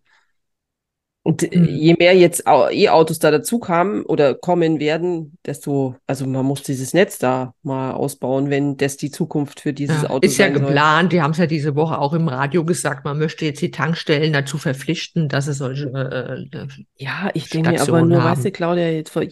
Und Mhm. je mehr jetzt E-Autos da dazu kamen oder kommen werden, also man muss dieses Netz da mal ausbauen, wenn das die Zukunft für dieses Ja, Auto ist ja sein soll. geplant. Die haben es ja diese Woche auch im Radio gesagt, man möchte jetzt die Tankstellen dazu verpflichten, dass es solche Ja, ich denke mir aber Stationen nur, weißt du, haben. Claudia,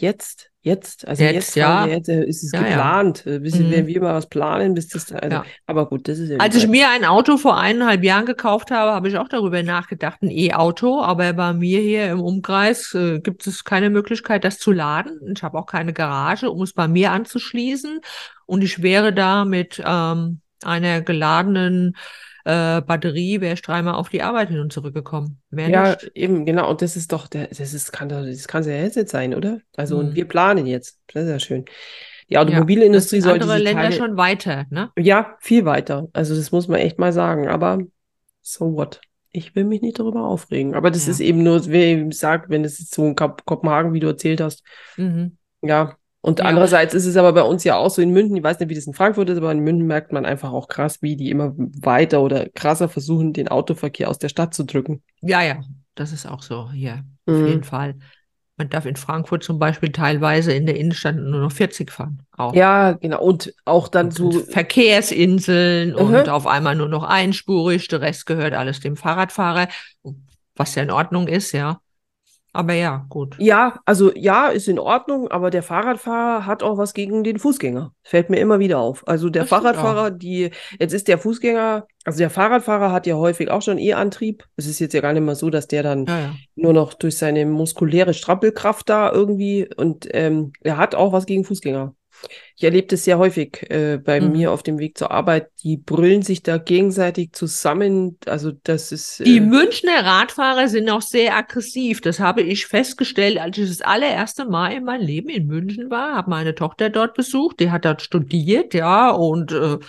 also Jetzt, jetzt fahren wir ja, jetzt, ist es ja, ja. geplant. Wenn Mhm. wir mal was planen, bis das da, also, Ja. aber gut, das ist ja Als ich überall. mir ein Auto vor 1,5 Jahren gekauft habe, habe ich auch darüber nachgedacht, ein E-Auto. Aber bei mir hier im Umkreis gibt es keine Möglichkeit, das zu laden. Ich habe auch keine Garage, um es bei mir anzuschließen. Und ich wäre da mit einer geladenen Batterie, wäre ich dreimal auf die Arbeit hin und zurückgekommen. Mehr Ja, nicht. eben, genau. Und das ist doch, das kann ja jetzt nicht sein, oder? Also, und wir Hm. planen jetzt. Das ist ja schön. Die Ja, das Automobilindustrie sind sollte andere sich Länder Teile, schon weiter, ne? ja, viel weiter. Also, das muss man echt mal sagen. Aber so what? Ich will mich nicht darüber aufregen. Aber das ist Ja. eben nur, wie gesagt, wenn es jetzt so in Kopenhagen, wie du erzählt hast, Mhm. ja. Und Ja. andererseits ist es aber bei uns ja auch so in München, ich weiß nicht, wie das in Frankfurt ist, aber in München merkt man einfach auch krass, wie die immer weiter oder krasser versuchen, den Autoverkehr aus der Stadt zu drücken. Ja, ja, das ist auch so hier, auf jeden Mhm. Fall. Man darf in Frankfurt zum Beispiel teilweise in der Innenstadt nur noch 40 fahren, auch. Ja, genau. Und auch dann Und so, Verkehrsinseln und mhm. auf einmal nur noch einspurig, der Rest gehört alles dem Fahrradfahrer, was ja in Ordnung ist, ja. Aber ja, gut. Ja, also ja, ist in Ordnung, aber der Fahrradfahrer hat auch was gegen den Fußgänger. Fällt mir immer wieder auf. Also der Das stimmt auch. Fahrradfahrer, jetzt ist der Fußgänger, also der Fahrradfahrer hat ja häufig auch schon E-Antrieb. Es ist jetzt ja gar nicht mehr so, dass der dann Ja, ja. nur noch durch seine muskuläre Strappelkraft da irgendwie und er hat auch was gegen Fußgänger. Ich erlebe das sehr häufig bei mir Mhm. auf dem Weg zur Arbeit. Die brüllen sich da gegenseitig zusammen. Also das ist, Die Münchner Radfahrer sind auch sehr aggressiv. Das habe ich festgestellt, als ich das allererste Mal in meinem Leben in München war, habe meine Tochter dort besucht. Die hat dort studiert, ja, und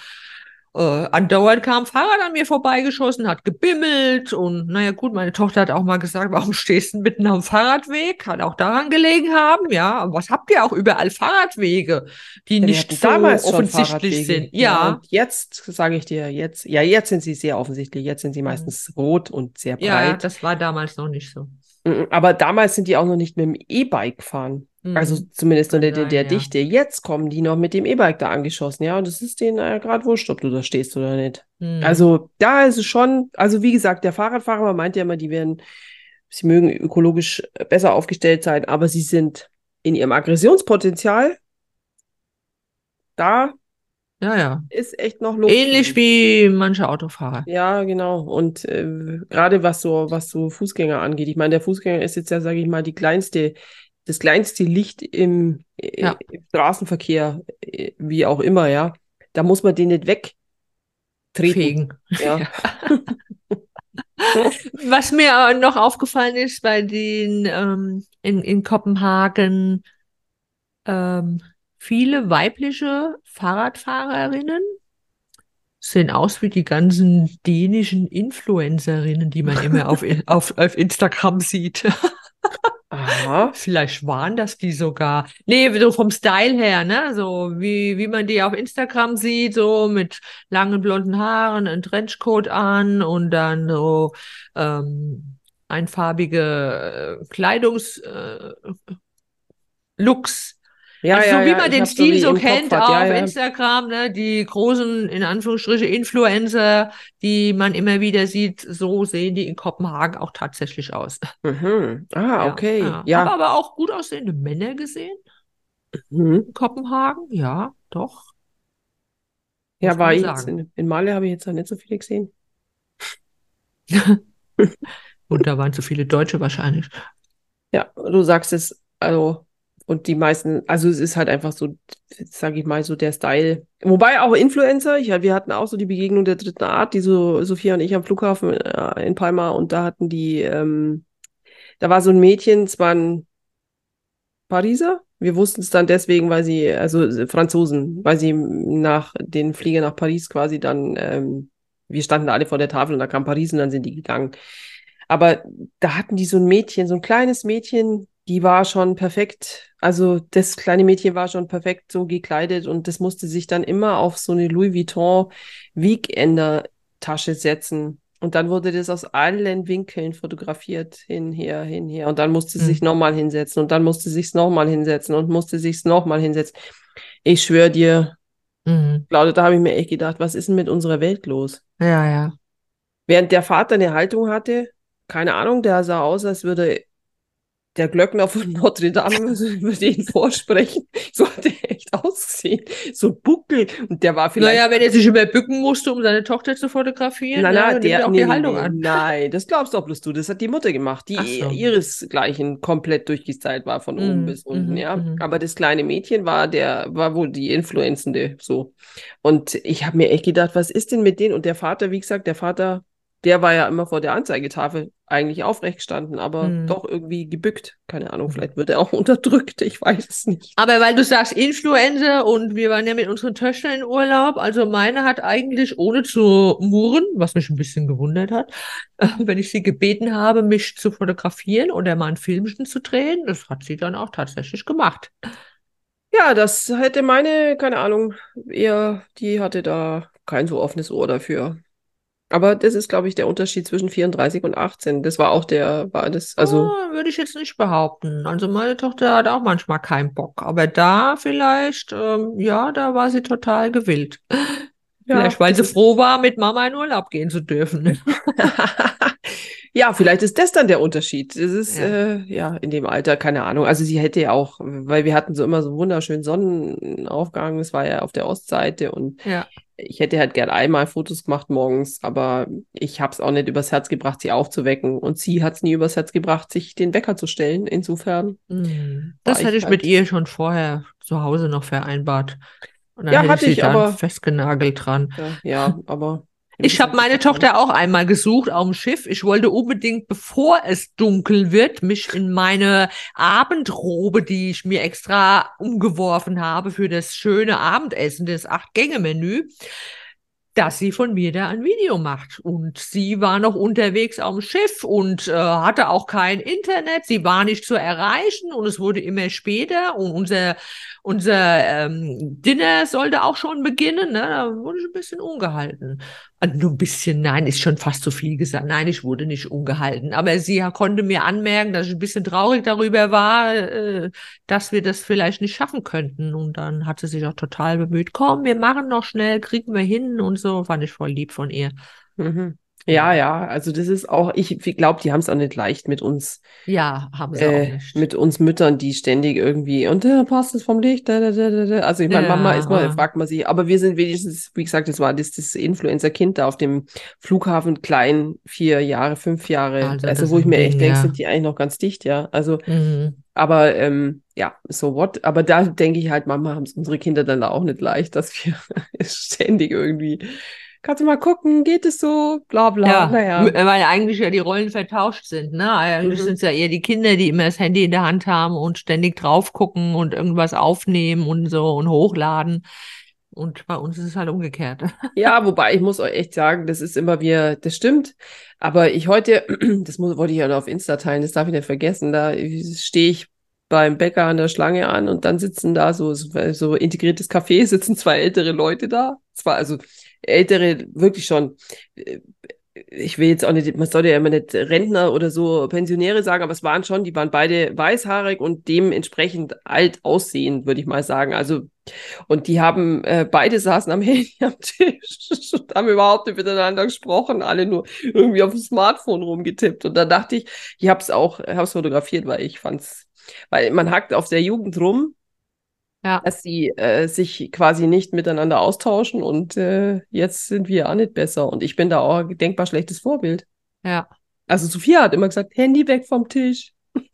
andauernd kam ein Fahrrad an mir vorbeigeschossen, hat gebimmelt und naja gut, meine Tochter hat auch mal gesagt, warum stehst du mitten am Fahrradweg? Kann auch daran gelegen haben, ja. Aber was habt ihr auch überall Fahrradwege, die ja, wir nicht hatten so damals schon offensichtlich Fahrradwege. sind? Ja, Ja. und jetzt sage ich dir, jetzt sind sie sehr offensichtlich. Jetzt sind sie Mhm. meistens rot und sehr Ja, breit. das war damals noch nicht so. Aber damals sind die auch noch nicht mit dem E-Bike gefahren. Also Mhm. zumindest Kann unter der sein, ja. Dichte. Jetzt kommen die noch mit dem E-Bike da angeschossen. Ja, und es ist denen gerade wurscht, ob du da stehst oder nicht. Mhm. Also da ist es schon, also wie gesagt, der Fahrradfahrer, man meint ja immer, sie mögen ökologisch besser aufgestellt sein, aber sie sind in ihrem Aggressionspotenzial da Ja, ja. ist echt noch Ähnlich Luxus. wie manche Autofahrer. Ja, genau. Und gerade was so Fußgänger angeht, ich meine, der Fußgänger ist jetzt ja, sage ich mal, das kleinste Licht Ja, im Straßenverkehr, wie auch immer, ja. Da muss man den nicht wegtreten. fegen. Ja. Ja. Was mir noch aufgefallen ist bei den in Kopenhagen, ähm, viele weibliche Fahrradfahrerinnen sehen aus wie die ganzen dänischen Influencerinnen, die man immer auf Instagram sieht. Aha. Vielleicht waren das die sogar. Nee, so vom Style her, ne? So wie man die auf Instagram sieht, so mit langen blonden Haaren, ein Trenchcoat an und dann so einfarbige Looks. Ja, Also ja, so wie ja, man ich den habe so Stil wie so im Kopf kennt hat. Ja, auf ja. Instagram, ne? Die großen, in Anführungsstriche, Influencer, die man immer wieder sieht, so sehen die in Kopenhagen auch tatsächlich aus. Mhm. Ah, Ja, okay. ja. Habe Ja. aber auch gut aussehende Männer gesehen Mhm. in Kopenhagen. Ja, doch, Ja, muss war man ich jetzt sagen. in Male habe ich jetzt noch nicht so viele gesehen. Und da waren zu viele Deutsche wahrscheinlich. Ja, du sagst es, also, und die meisten, also es ist halt einfach so, sage ich mal, so der Style. Wobei auch Influencer, wir hatten auch so die Begegnung der dritten Art, die so Sophia und ich am Flughafen in Palma und da hatten die, da war so ein Mädchen, es war ein Pariser. Wir wussten es dann deswegen, weil sie, also Franzosen, weil sie nach den Flieger nach Paris quasi dann, wir standen alle vor der Tafel und da kam Paris und dann sind die gegangen. Aber da hatten die so ein Mädchen, so ein kleines Mädchen, die war schon perfekt. Also das kleine Mädchen war schon perfekt so gekleidet und das musste sich dann immer auf so eine Louis Vuitton Weekender-Tasche setzen. Und dann wurde das aus allen Winkeln fotografiert, hinher, hinher. Und dann musste sie Hm. sich nochmal hinsetzen und dann musste sie sich nochmal hinsetzen und musste sich nochmal hinsetzen. Ich schwöre dir, Mhm. Claudia, da habe ich mir echt gedacht, was ist denn mit unserer Welt los? Ja, ja. Während der Vater eine Haltung hatte, keine Ahnung, der sah aus, als würde der Glöckner von Notre Dame über den vorsprechen. So hat er echt ausgesehen. So ein Buckel. Und der war vielleicht. Naja, wenn er sich immer bücken musste, um seine Tochter zu fotografieren, Na, ne, na, dann nimmt er auch nee, die nee, Haltung nee, an. nein, das glaubst doch bloß du. Das hat die Mutter gemacht, Ach die so. ihresgleichen komplett durchgestylt war von oben Mhm, bis unten, mhm, ja. mhm. Aber das kleine Mädchen war wohl die Influenzende, so. Und ich habe mir echt gedacht, was ist denn mit denen? Und der Vater, wie gesagt, der Vater, der war ja immer vor der Anzeigetafel eigentlich aufrecht gestanden, aber Mhm. doch irgendwie gebückt. Keine Ahnung, Mhm. vielleicht wird er auch unterdrückt, ich weiß es nicht. Aber weil du sagst Influencer und wir waren ja mit unseren Töchtern in Urlaub, also meine hat eigentlich ohne zu murren, was mich ein bisschen gewundert hat, wenn ich sie gebeten habe, mich zu fotografieren oder mal ein Filmchen zu drehen, das hat sie dann auch tatsächlich gemacht. Ja, das hätte meine, keine Ahnung, die hatte da kein so offenes Ohr dafür. Aber das ist, glaube ich, der Unterschied zwischen 34 und 18. Das war auch war das, Oh, also, würde ich jetzt nicht behaupten. Also meine Tochter hat auch manchmal keinen Bock, aber da vielleicht, ja, da war sie total gewillt. ja, Vielleicht, weil das sie ist. froh war, mit Mama in Urlaub gehen zu dürfen. Ja, vielleicht ist das dann der Unterschied. Das ist, Ja. ja, in dem Alter, keine Ahnung. Also sie hätte ja auch, weil wir hatten so immer so einen wunderschönen Sonnenaufgang, das war ja auf der Ostseite und Ja. ich hätte halt gern einmal Fotos gemacht morgens, aber ich habe es auch nicht übers Herz gebracht, sie aufzuwecken. Und sie hat es nie übers Herz gebracht, sich den Wecker zu stellen. Insofern war Das hätte ich ich mit halt, ihr schon vorher zu Hause noch vereinbart. Und dann ja, hätte ich hatte sie ich, dann aber festgenagelt dran. ja, aber ein Ich bisschen habe zu meine verpeilt. Tochter auch einmal gesucht auf dem Schiff. Ich wollte unbedingt, bevor es dunkel wird, mich in meine Abendrobe, die ich mir extra umgeworfen habe für das schöne Abendessen, das Acht-Gänge-Menü, dass sie von mir da ein Video macht. Und sie war noch unterwegs auf dem Schiff und hatte auch kein Internet. Sie war nicht zu erreichen und es wurde immer später und unser Dinner sollte auch schon beginnen. Ne? Da wurde ich ein bisschen ungehalten. Nur ein bisschen, nein, ist schon fast zu viel gesagt. Nein, ich wurde nicht ungehalten. Aber sie konnte mir anmerken, dass ich ein bisschen traurig darüber war, dass wir das vielleicht nicht schaffen könnten. Und dann hat sie sich auch total bemüht. Komm, wir machen noch schnell, kriegen wir hin und so. Fand ich voll lieb von ihr. Mhm. Ja, ja, also das ist auch, ich glaube, die haben es auch nicht leicht Ja, haben sie auch nicht. mit uns Müttern, die ständig irgendwie, und passt es vom Licht, da, da, da, da, da. Also ich meine, Mama ist mal, Ja, fragt man sie, aber wir sind wenigstens, wie gesagt, das war das Influencer-Kind da auf dem Flughafen, klein, 4 Jahre, 5 Jahre, also also das wo ist ich ein mir echt Ding, denke, ja. sind die eigentlich noch ganz dicht, ja, also, Mhm. aber ja, so what, aber da denke ich halt, Mama, haben es unsere Kinder dann auch nicht leicht, dass wir ständig irgendwie, kannst du mal gucken, geht es so, bla bla, Ja, naja. weil eigentlich ja die Rollen vertauscht sind, ne? Eigentlich sind Mhm. es ja eher die Kinder, die immer das Handy in der Hand haben und ständig drauf gucken und irgendwas aufnehmen und so und hochladen. Und bei uns ist es halt umgekehrt. Ja, wobei ich muss euch echt sagen, das ist immer wieder, das stimmt. Aber ich heute, wollte ich ja noch auf Insta teilen, das darf ich nicht vergessen. Da stehe ich beim Bäcker an der Schlange an und dann sitzen da so integriertes Café, sitzen zwei ältere Leute da. Zwar also ältere, wirklich schon, äh, ich will jetzt auch nicht, man sollte ja immer nicht Rentner oder so Pensionäre sagen, aber es waren schon, die waren beide weißhaarig und dementsprechend alt aussehend, würde ich mal sagen. Also und die haben, beide saßen am Handy am Tisch und haben überhaupt nicht miteinander gesprochen, alle nur irgendwie auf dem Smartphone rumgetippt. Und dann dachte ich, ich habe es fotografiert, weil ich fand's, weil man hackt auf der Jugend rum, Ja, dass sie sich quasi nicht miteinander austauschen und jetzt sind wir auch nicht besser. Und ich bin da auch ein denkbar schlechtes Vorbild. ja. Also Sophia hat immer gesagt, Handy weg vom Tisch.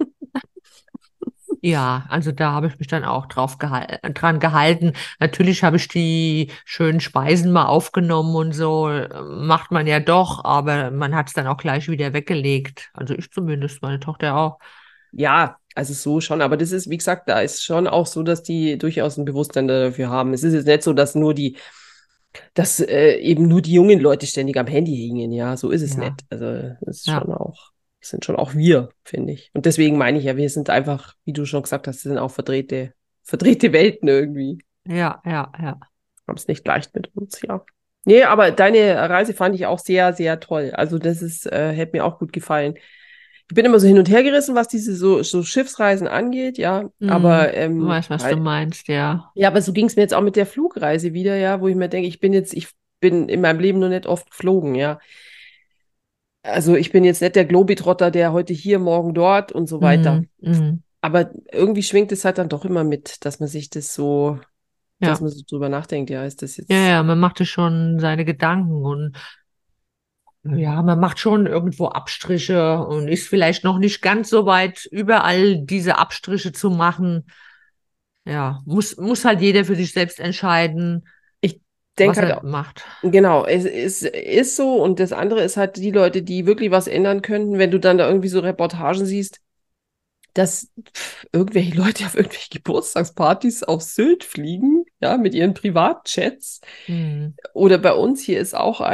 Ja, also da habe ich mich dann auch dran gehalten. Natürlich habe ich die schönen Speisen mal aufgenommen und so, macht man ja doch, aber man hat es dann auch gleich wieder weggelegt. Also ich zumindest, meine Tochter auch. Ja, also so schon, aber das ist, wie gesagt, da ist schon auch so, dass die durchaus ein Bewusstsein dafür haben. Es ist jetzt nicht so, dass eben nur die jungen Leute ständig am Handy hingen, ja, so ist es Ja, nicht. Also das ist ja, schon auch, das sind schon auch wir, finde ich. Und deswegen meine ich ja, wir sind einfach, wie du schon gesagt hast, das sind auch verdrehte Welten irgendwie. ja, ja, ja. Haben es nicht leicht mit uns, ja. Nee, aber deine Reise fand ich auch sehr, sehr toll. Also das ist, hätte mir auch gut gefallen. Ich bin immer so hin und her gerissen, was diese so Schiffsreisen angeht, ja. Aber Weiß, was du meinst, ja. ja, aber so ging es mir jetzt auch mit der Flugreise wieder, ja, wo ich mir denke, ich bin in meinem Leben noch nicht oft geflogen, ja. Also ich bin jetzt nicht der Globetrotter, der heute hier, morgen dort und so weiter. Mhm, mhm. Aber irgendwie schwingt es halt dann doch immer mit, dass man sich dass Ja. man so drüber nachdenkt, ja, ist das Ja, jetzt. ja, man machte schon seine Gedanken und ja, man macht schon irgendwo Abstriche und ist vielleicht noch nicht ganz so weit, überall diese Abstriche zu machen. Ja, muss halt jeder für sich selbst entscheiden, Ich denke was halt er auch, macht. genau, ist so und das andere ist halt die Leute, die wirklich was ändern könnten, wenn du dann da irgendwie so Reportagen siehst, dass irgendwelche Leute auf irgendwelche Geburtstagspartys auf Sylt fliegen, ja, mit ihren Privatjets. Hm, Oder bei uns hier ist auch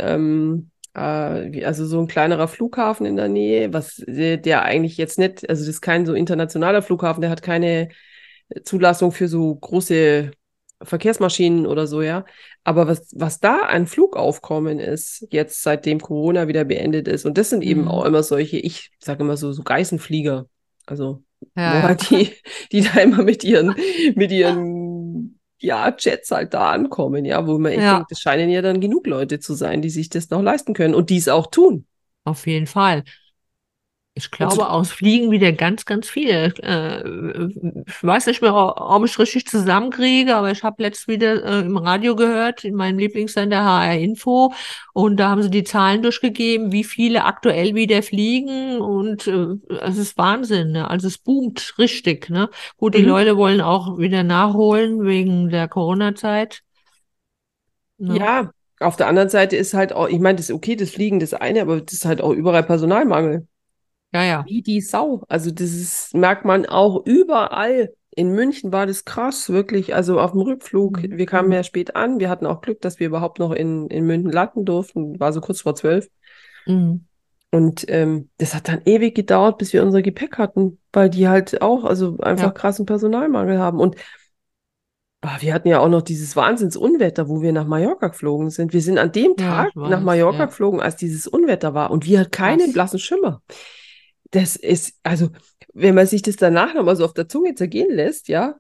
also so ein kleinerer Flughafen in der Nähe, der eigentlich jetzt nicht, also das ist kein so internationaler Flughafen, der hat keine Zulassung für so große Verkehrsmaschinen oder so, ja. Aber was da an Flugaufkommen ist, jetzt seitdem Corona wieder beendet ist, und das sind eben auch hm. immer solche, ich sage immer so Geißenflieger, also Ja, wo ja. halt die da immer mit ihren ja, Jets halt da ankommen, ja, wo man echt Ja, denkt, es scheinen ja dann genug Leute zu sein, die sich das noch leisten können und die es auch tun. auf jeden Fall. Ich Und glaube, aus Fliegen wieder ganz, ganz viele. Ich weiß nicht mehr, ob ich richtig zusammenkriege, aber ich habe letztens wieder im Radio gehört, in meinem Lieblingssender HR Info, und da haben sie die Zahlen durchgegeben, wie viele aktuell wieder fliegen, und es ist Wahnsinn, ne? Also es boomt richtig, ne? Gut, die mhm. Leute wollen auch wieder nachholen wegen der Corona-Zeit, ne? Ja, auf der anderen Seite ist halt auch, ich meine, das ist okay, das Fliegen das eine, aber das ist halt auch überall Personalmangel. Ja, ja. Wie die Sau. Also merkt man auch überall. In München war das krass, wirklich. Also auf dem Rückflug, Mhm. wir kamen ja Mhm. spät an. Wir hatten auch Glück, dass wir überhaupt noch in München landen durften. War so kurz vor 12. Mhm. Und das hat dann ewig gedauert, bis wir unser Gepäck hatten, weil die halt auch, also einfach Ja, krassen Personalmangel haben. Und wir hatten ja auch noch dieses Wahnsinnsunwetter, wo wir nach Mallorca geflogen sind. Wir sind an dem ja, Tag ich nach weiß, Mallorca ja. geflogen, als dieses Unwetter war. Und wir hatten keinen Krass. blassen Schimmer. Das ist, also, wenn man sich das danach nochmal so auf der Zunge zergehen lässt, ja,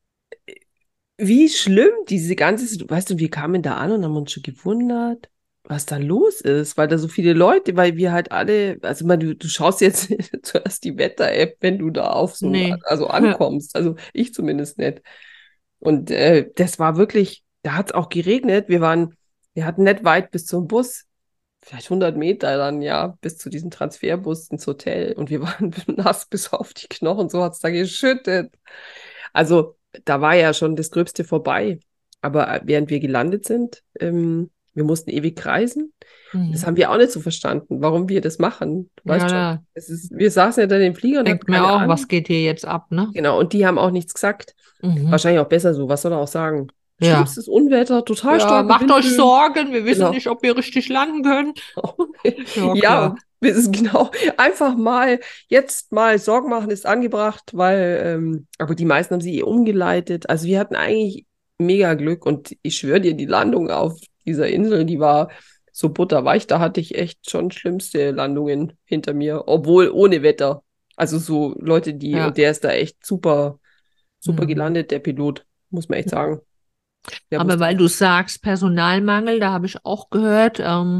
wie schlimm diese ganze, weißt du, wir kamen da an und haben uns schon gewundert, was da los ist, weil da so viele Leute, weil wir halt alle, also man, du schaust jetzt zuerst die Wetter-App, wenn du da auf so ein, Nee. also ankommst. Also ich zumindest nicht. Und das war wirklich, da hat es auch geregnet. Wir hatten nicht weit bis zum Bus, vielleicht 100 Meter dann, ja, bis zu diesem Transferbus ins Hotel. Und wir waren nass bis auf die Knochen, so hat es da geschüttet. Also da war ja schon das Gröbste vorbei. Aber während wir gelandet sind, wir mussten ewig reisen. Das Mhm. haben wir auch nicht so verstanden, warum wir das machen. Du Ja, weißt schon, da wir saßen ja dann im Flieger und hatten denkt mir keine auch, was Ahnung. geht hier jetzt ab, ne? Genau, und die haben auch nichts gesagt. Mhm. Wahrscheinlich auch besser so. Was soll er auch sagen? Ja. Schlimmstes Unwetter, total Ja, starke macht euch Windböen. Sorgen, wir wissen Genau. nicht, ob wir richtig landen können. Ja, Ja, klar. und wir sind genau einfach mal, jetzt mal Sorgen machen ist angebracht, weil, aber die meisten haben sie umgeleitet. Also wir hatten eigentlich mega Glück und ich schwöre dir, die Landung auf dieser Insel, die war so butterweich, da hatte ich echt schon schlimmste Landungen hinter mir, obwohl ohne Wetter. Also so Leute, und Ja. der ist da echt super, super Mhm. gelandet, der Pilot, muss man echt sagen. Der Aber wusste, weil was. du sagst, Personalmangel, da habe ich auch gehört,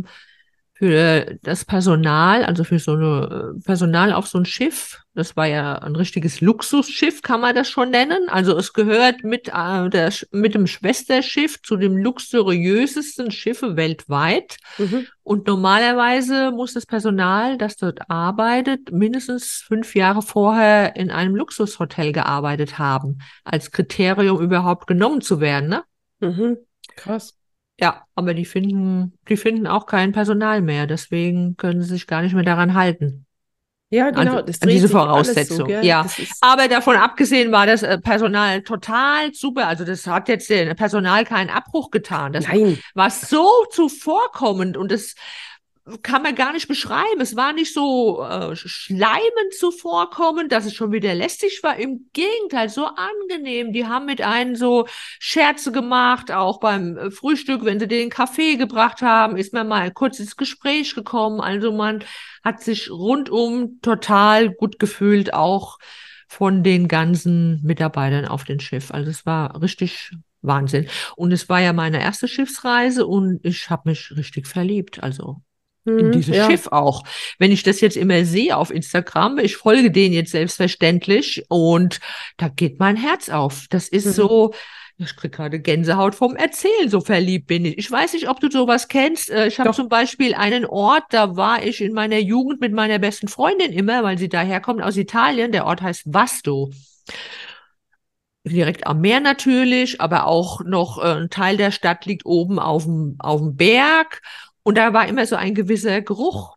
für das Personal, also für so eine Personal auf so ein Schiff, das war ja ein richtiges Luxusschiff, kann man das schon nennen. Also es gehört mit dem Schwesterschiff zu dem luxuriösesten Schiffe weltweit. Mhm, Und normalerweise muss das Personal, das dort arbeitet, mindestens 5 Jahre vorher in einem Luxushotel gearbeitet haben, als Kriterium überhaupt genommen zu werden, ne? mhm, krass. Ja, aber die finden auch kein Personal mehr, deswegen können sie sich gar nicht mehr daran halten. Ja, Also genau, das an dreht diese sich alles so, Voraussetzung, gell? ja. Das ist, Aber davon abgesehen war das Personal total super. Also das hat jetzt dem Personal keinen Abbruch getan. Das nein. war so zuvorkommend und das kann man gar nicht beschreiben. Es war nicht so schleimend zuvorkommend, dass es schon wieder lästig war. Im Gegenteil, so angenehm. Die haben mit einem so Scherze gemacht, auch beim Frühstück, wenn sie den Kaffee gebracht haben, ist man mal kurz ins Gespräch gekommen. Also man hat sich rundum total gut gefühlt, auch von den ganzen Mitarbeitern auf dem Schiff. Also es war richtig Wahnsinn. Und es war ja meine erste Schiffsreise und ich habe mich richtig verliebt. Also in Mhm, dieses ja. Schiff auch. Wenn ich das jetzt immer sehe auf Instagram, ich folge denen jetzt selbstverständlich und da geht mein Herz auf. Das ist Mhm. so, ich kriege gerade Gänsehaut vom Erzählen, so verliebt bin ich. Ich weiß nicht, ob du sowas kennst. Ich habe Doch. zum Beispiel einen Ort, da war ich in meiner Jugend mit meiner besten Freundin immer, weil sie daherkommt aus Italien. Der Ort heißt Vasto. Direkt am Meer natürlich, aber auch noch ein Teil der Stadt liegt oben auf dem Berg. Und da war immer so ein gewisser Geruch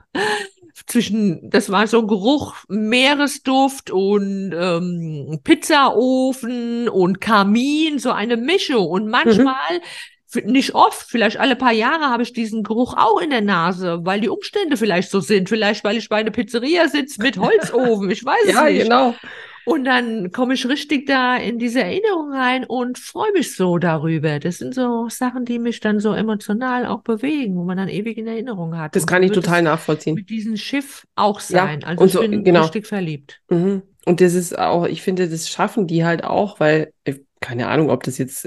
das war so ein Geruch, Meeresduft und Pizzaofen und Kamin, so eine Mischung. Und manchmal, Mhm. nicht oft, vielleicht alle paar Jahre habe ich diesen Geruch auch in der Nase, weil die Umstände vielleicht so sind. Vielleicht, weil ich bei einer Pizzeria sitze mit Holzofen, ich weiß es Ja, nicht. genau. Und dann komme ich richtig da in diese Erinnerung rein und freue mich so darüber. Das sind so Sachen, die mich dann so emotional auch bewegen, wo man dann ewig in Erinnerung hat. Das Und kann so ich wird es total nachvollziehen. mit diesem Schiff auch Ja, sein. Also und ich so, bin genau. richtig verliebt. Mhm. Und das ist auch, ich finde, das schaffen die halt auch, weil, keine Ahnung, ob das jetzt,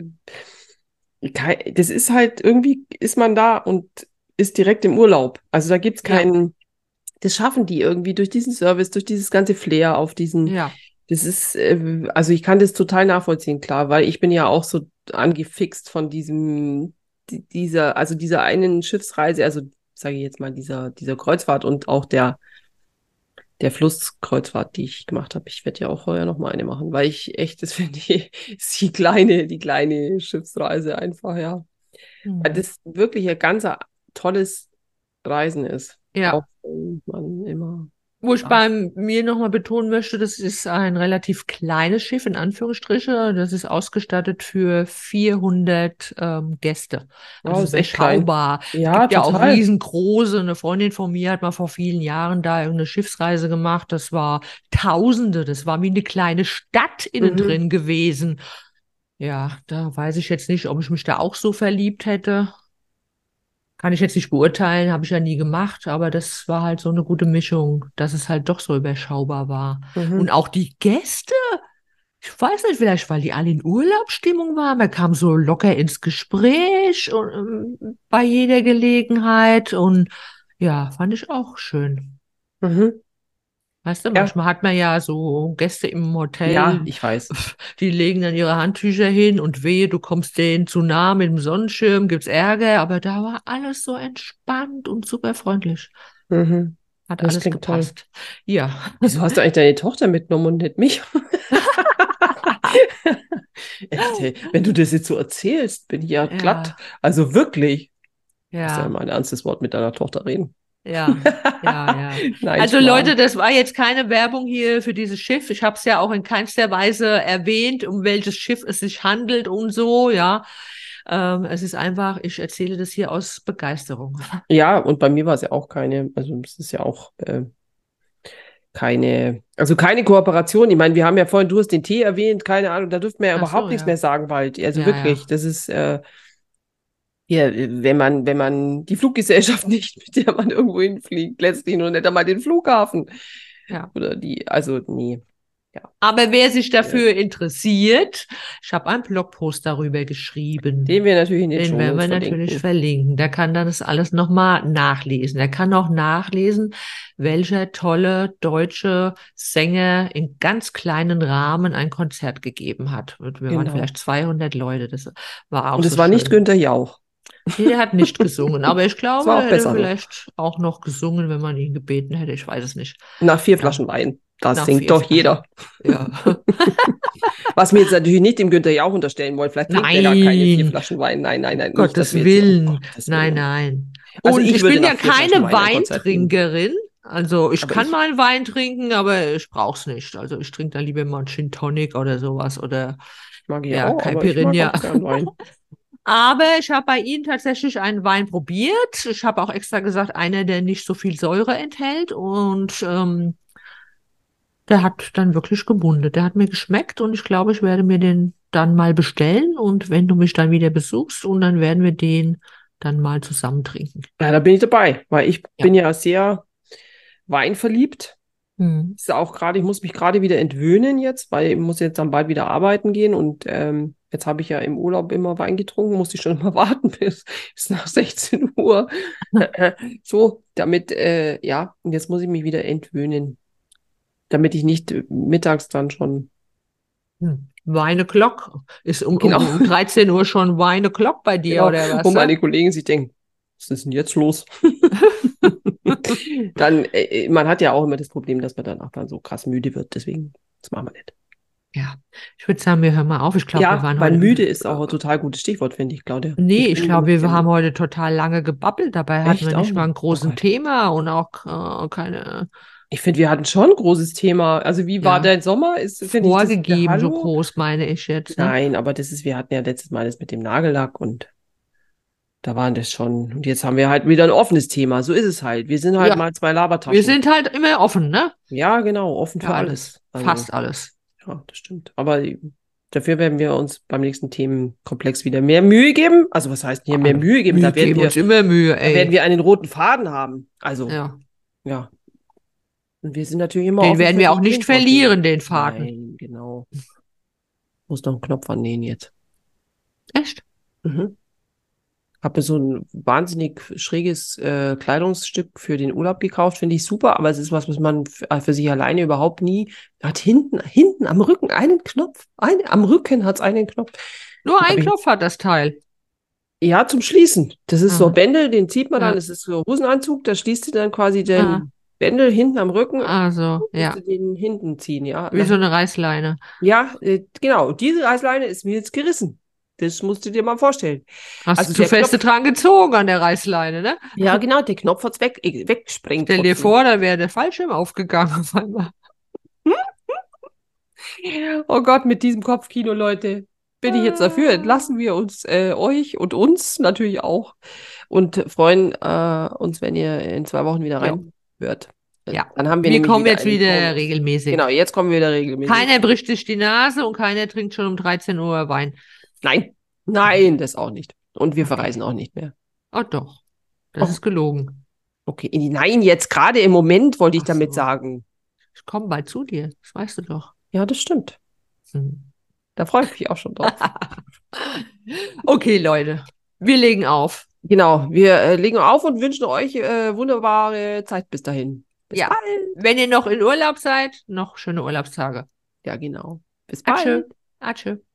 das ist halt, irgendwie ist man da und ist direkt im Urlaub. Also da gibt es Ja, keinen, das schaffen die irgendwie durch diesen Service, durch dieses ganze Flair auf diesen, ja, das ist, also ich kann das total nachvollziehen, klar, weil ich bin ja auch so angefixt von dieser einen Schiffsreise, also sage ich jetzt mal, dieser Kreuzfahrt und auch der Flusskreuzfahrt, die ich gemacht habe. Ich werde ja auch heuer noch mal eine machen, weil ich echt, das finde ich, ist die kleine Schiffsreise einfach, ja. Weil mhm. das wirklich ein ganz tolles Reisen ist. Auch Ja. wenn man immer. Wo ich Ja. bei mir nochmal betonen möchte, das ist ein relativ kleines Schiff, in Anführungsstriche. Das ist ausgestattet für 400 Gäste. Wow, Also ist echt klein. überschaubar. Es Ja, gibt ja auch total. riesengroße. Eine Freundin von mir hat mal vor vielen Jahren da irgendeine Schiffsreise gemacht. Das war Tausende. Das war wie eine kleine Stadt innen Mhm. drin gewesen. Ja, da weiß ich jetzt nicht, ob ich mich da auch so verliebt hätte. Kann ich jetzt nicht beurteilen, habe ich ja nie gemacht, aber das war halt so eine gute Mischung, dass es halt doch so überschaubar war. Und Mhm. auch die Gäste, Ich weiß nicht, vielleicht, weil die alle in Urlaubsstimmung waren. Man kam so locker ins Gespräch und, bei jeder Gelegenheit. Und ja, fand ich auch schön. Mhm. Weißt du, Ja, manchmal hat man ja so Gäste im ja, Hotel, ich weiß. die legen dann ihre Handtücher hin und wehe, du kommst denen zu nah mit dem Sonnenschirm, gibt's Ärger. Aber da war alles so entspannt und super freundlich. Mhm. Hat Das alles klingt toll. gepasst. Ja, Wieso hast du eigentlich deine Tochter mitgenommen und nicht mich? Echt, ey, wenn du das jetzt so erzählst, bin ich ja glatt. ja, Also wirklich. Hast ja ja. mal ein ernstes Wort mit deiner Tochter reden. Ja, ja, ja. Nein, Also Leute, Schmarrn. das war jetzt keine Werbung hier für dieses Schiff. Ich habe es ja auch in keinster Weise erwähnt, um welches Schiff es sich handelt und so, ja. Es ist einfach, ich erzähle das hier aus Begeisterung. Ja, und bei mir war es ja auch keine, also es ist ja auch keine, also keine Kooperation. Ich meine, wir haben ja vorhin, du hast den Tee erwähnt, keine Ahnung, da dürften wir ja Ach überhaupt so, nichts mehr ja. sagen bald. Also Ja, wirklich, ja, das ist, ja, wenn man die Fluggesellschaft nicht, mit der man irgendwo hinfliegt, letztlich nur nicht einmal den Flughafen. ja. Oder die, also nee, ja. Aber wer sich Ja. dafür interessiert, ich habe einen Blogpost darüber Den geschrieben. wir natürlich in den Den werden Shownotes wir natürlich verlinken. verlinken. Der kann dann das alles nochmal nachlesen. Er kann auch nachlesen, welcher tolle deutsche Sänger in ganz kleinen Rahmen ein Konzert gegeben hat. Und wir waren Genau. vielleicht 200 Leute. Das war auch Und so es war nicht schön. Günther Jauch. Nee, der hat nicht gesungen. Aber ich Es glaube, war der auch hätte besser noch. vielleicht auch noch gesungen, wenn man ihn gebeten hätte. Ich weiß es nicht. Nach 4 Flaschen Ja, Wein. Das nach singt vier doch Flaschen. jeder. Ja. Was wir jetzt natürlich nicht dem Günther Jauch unterstellen wollen. Vielleicht trinkt er gar keine vier Nein, Flaschen Wein. Nein, nein, um nein. Nicht, dass Gottes wir jetzt hier, um Willen. Gottes Nein, Willen. nein. Also Und ich ich würde bin ja nach 4 Flaschen keine Wein ein Konzert gehen. Weintrinkerin. Also ich Aber kann ich, mal einen Wein trinken, aber ich brauch's nicht. Also ich trinke dann lieber mal einen Gin Tonic oder sowas oder mag ich ja ja, auch, aber ich mag Caipirinha. auch gern Wein. Aber ich habe bei Ihnen tatsächlich einen Wein probiert. Ich habe auch extra gesagt, einer, der nicht so viel Säure enthält. Und der hat dann wirklich gebundet. Der hat mir geschmeckt und ich glaube, ich werde mir den dann mal bestellen. Und wenn du mich dann wieder besuchst, und dann werden wir den dann mal zusammen trinken. Ja, da bin ich dabei, weil ich Ja. bin ja sehr weinverliebt. Hm. Ist auch gerade, ich muss mich gerade wieder entwöhnen jetzt, weil ich muss jetzt dann bald wieder arbeiten gehen und jetzt habe ich ja im Urlaub immer Wein getrunken, musste ich schon immer warten bis nach 16 Uhr. So, damit, ja, und jetzt muss ich mich wieder entwöhnen, damit ich nicht mittags dann schon, Hm. Wine o'clock. Ist genau, um 13 Uhr schon Wine o'clock bei dir genau, oder wo was? meine Kollegen sich denken, was ist denn jetzt los? Dann, man hat ja auch immer das Problem, dass man danach dann so krass müde wird, deswegen, das machen wir nicht. Ja, ich würde sagen, wir hören mal auf. Ich glaube, wir Ja, waren weil heute. müde ist auch ein total gutes Stichwort, finde ich, Claudia. Nee, Ich ich bin glaube, nämlich wir haben ziemlich. heute total lange gebabbelt. Dabei hatten wir Echt nicht mal auch? ein Oh großes Gott. Thema und auch keine, Ich finde, wir hatten schon ein großes Thema. Also, wie war ja, dein Sommer? Finde ich das vorgegeben, so Hallo? groß meine ich jetzt, ne? Nein, aber das ist, wir hatten ja letztes Mal das mit dem Nagellack und da waren das schon. Und jetzt haben wir halt wieder ein offenes Thema. So ist es halt. Wir sind halt Ja, mal zwei wir Labertaschen. sind halt immer offen, ne? Ja, genau, offen Für für alles. alles. Also, Fast alles. ja, das stimmt. Aber dafür werden wir uns beim nächsten Themenkomplex wieder mehr Mühe geben. Also, was heißt hier mehr Also, Mühe geben? wir geben uns immer Mühe, Da werden ey. wir einen roten Faden haben. Also, Ja. ja. Und wir sind natürlich immer Den offen werden für wir auch nicht Systemvorschläge. verlieren, den Faden. Nein, genau. Muss noch einen Knopf annähen jetzt. Echt? Mhm. Habe mir so ein wahnsinnig schräges Kleidungsstück für den Urlaub gekauft. Finde ich super, aber es ist was man für sich alleine überhaupt nie hat. Hinten am Rücken einen Knopf. Am Rücken hat es einen Knopf. Nur Den ein habe ich, Knopf hat das Teil. ja, zum Schließen. Das ist so ein Aha. Bändel, den zieht man dann. Ja. Das ist so ein Hosenanzug. Da schließt du dann quasi Aha. den Bändel hinten am Rücken. Also, Musst ja. du den hinten ziehen, ja. Wie so eine Reißleine. Ja, genau. Diese Reißleine ist mir jetzt gerissen. Das musst du dir mal vorstellen. Hast Also du zu der feste Knopf, dran gezogen an der Reißleine, ne? ja genau, der Knopf hat's weggesprengt Stell dir trotzdem. vor, da wäre der Fallschirm aufgegangen auf einmal. Oh Gott, mit diesem Kopfkino, Leute, bin ich jetzt dafür. Entlassen wir uns, euch und uns natürlich auch. Und freuen uns, wenn ihr in 2 Wochen wieder Ja, reinhört. ja. Dann haben wir Wir nämlich kommen wieder jetzt einen wieder Tonus. Genau, regelmäßig. jetzt kommen wir wieder regelmäßig. Keiner bricht sich die Nase und keiner trinkt schon um 13 Uhr Wein. Nein, nein, das auch nicht. Und wir Okay. verreisen auch nicht mehr. Oh doch, das Oh, ist gelogen. okay. Nein, jetzt gerade im Moment wollte ich Ach damit so. sagen. Ich komme bald zu dir, das weißt du doch. Ja, das stimmt. Hm. Da freue ich mich auch schon drauf. Okay, Leute, wir legen auf. Genau, wir legen auf und wünschen euch wunderbare Zeit bis dahin. Bis Ja, bald. wenn ihr noch in Urlaub seid, noch schöne Urlaubstage. Ja, genau. Bis Atschö, bald. atschö.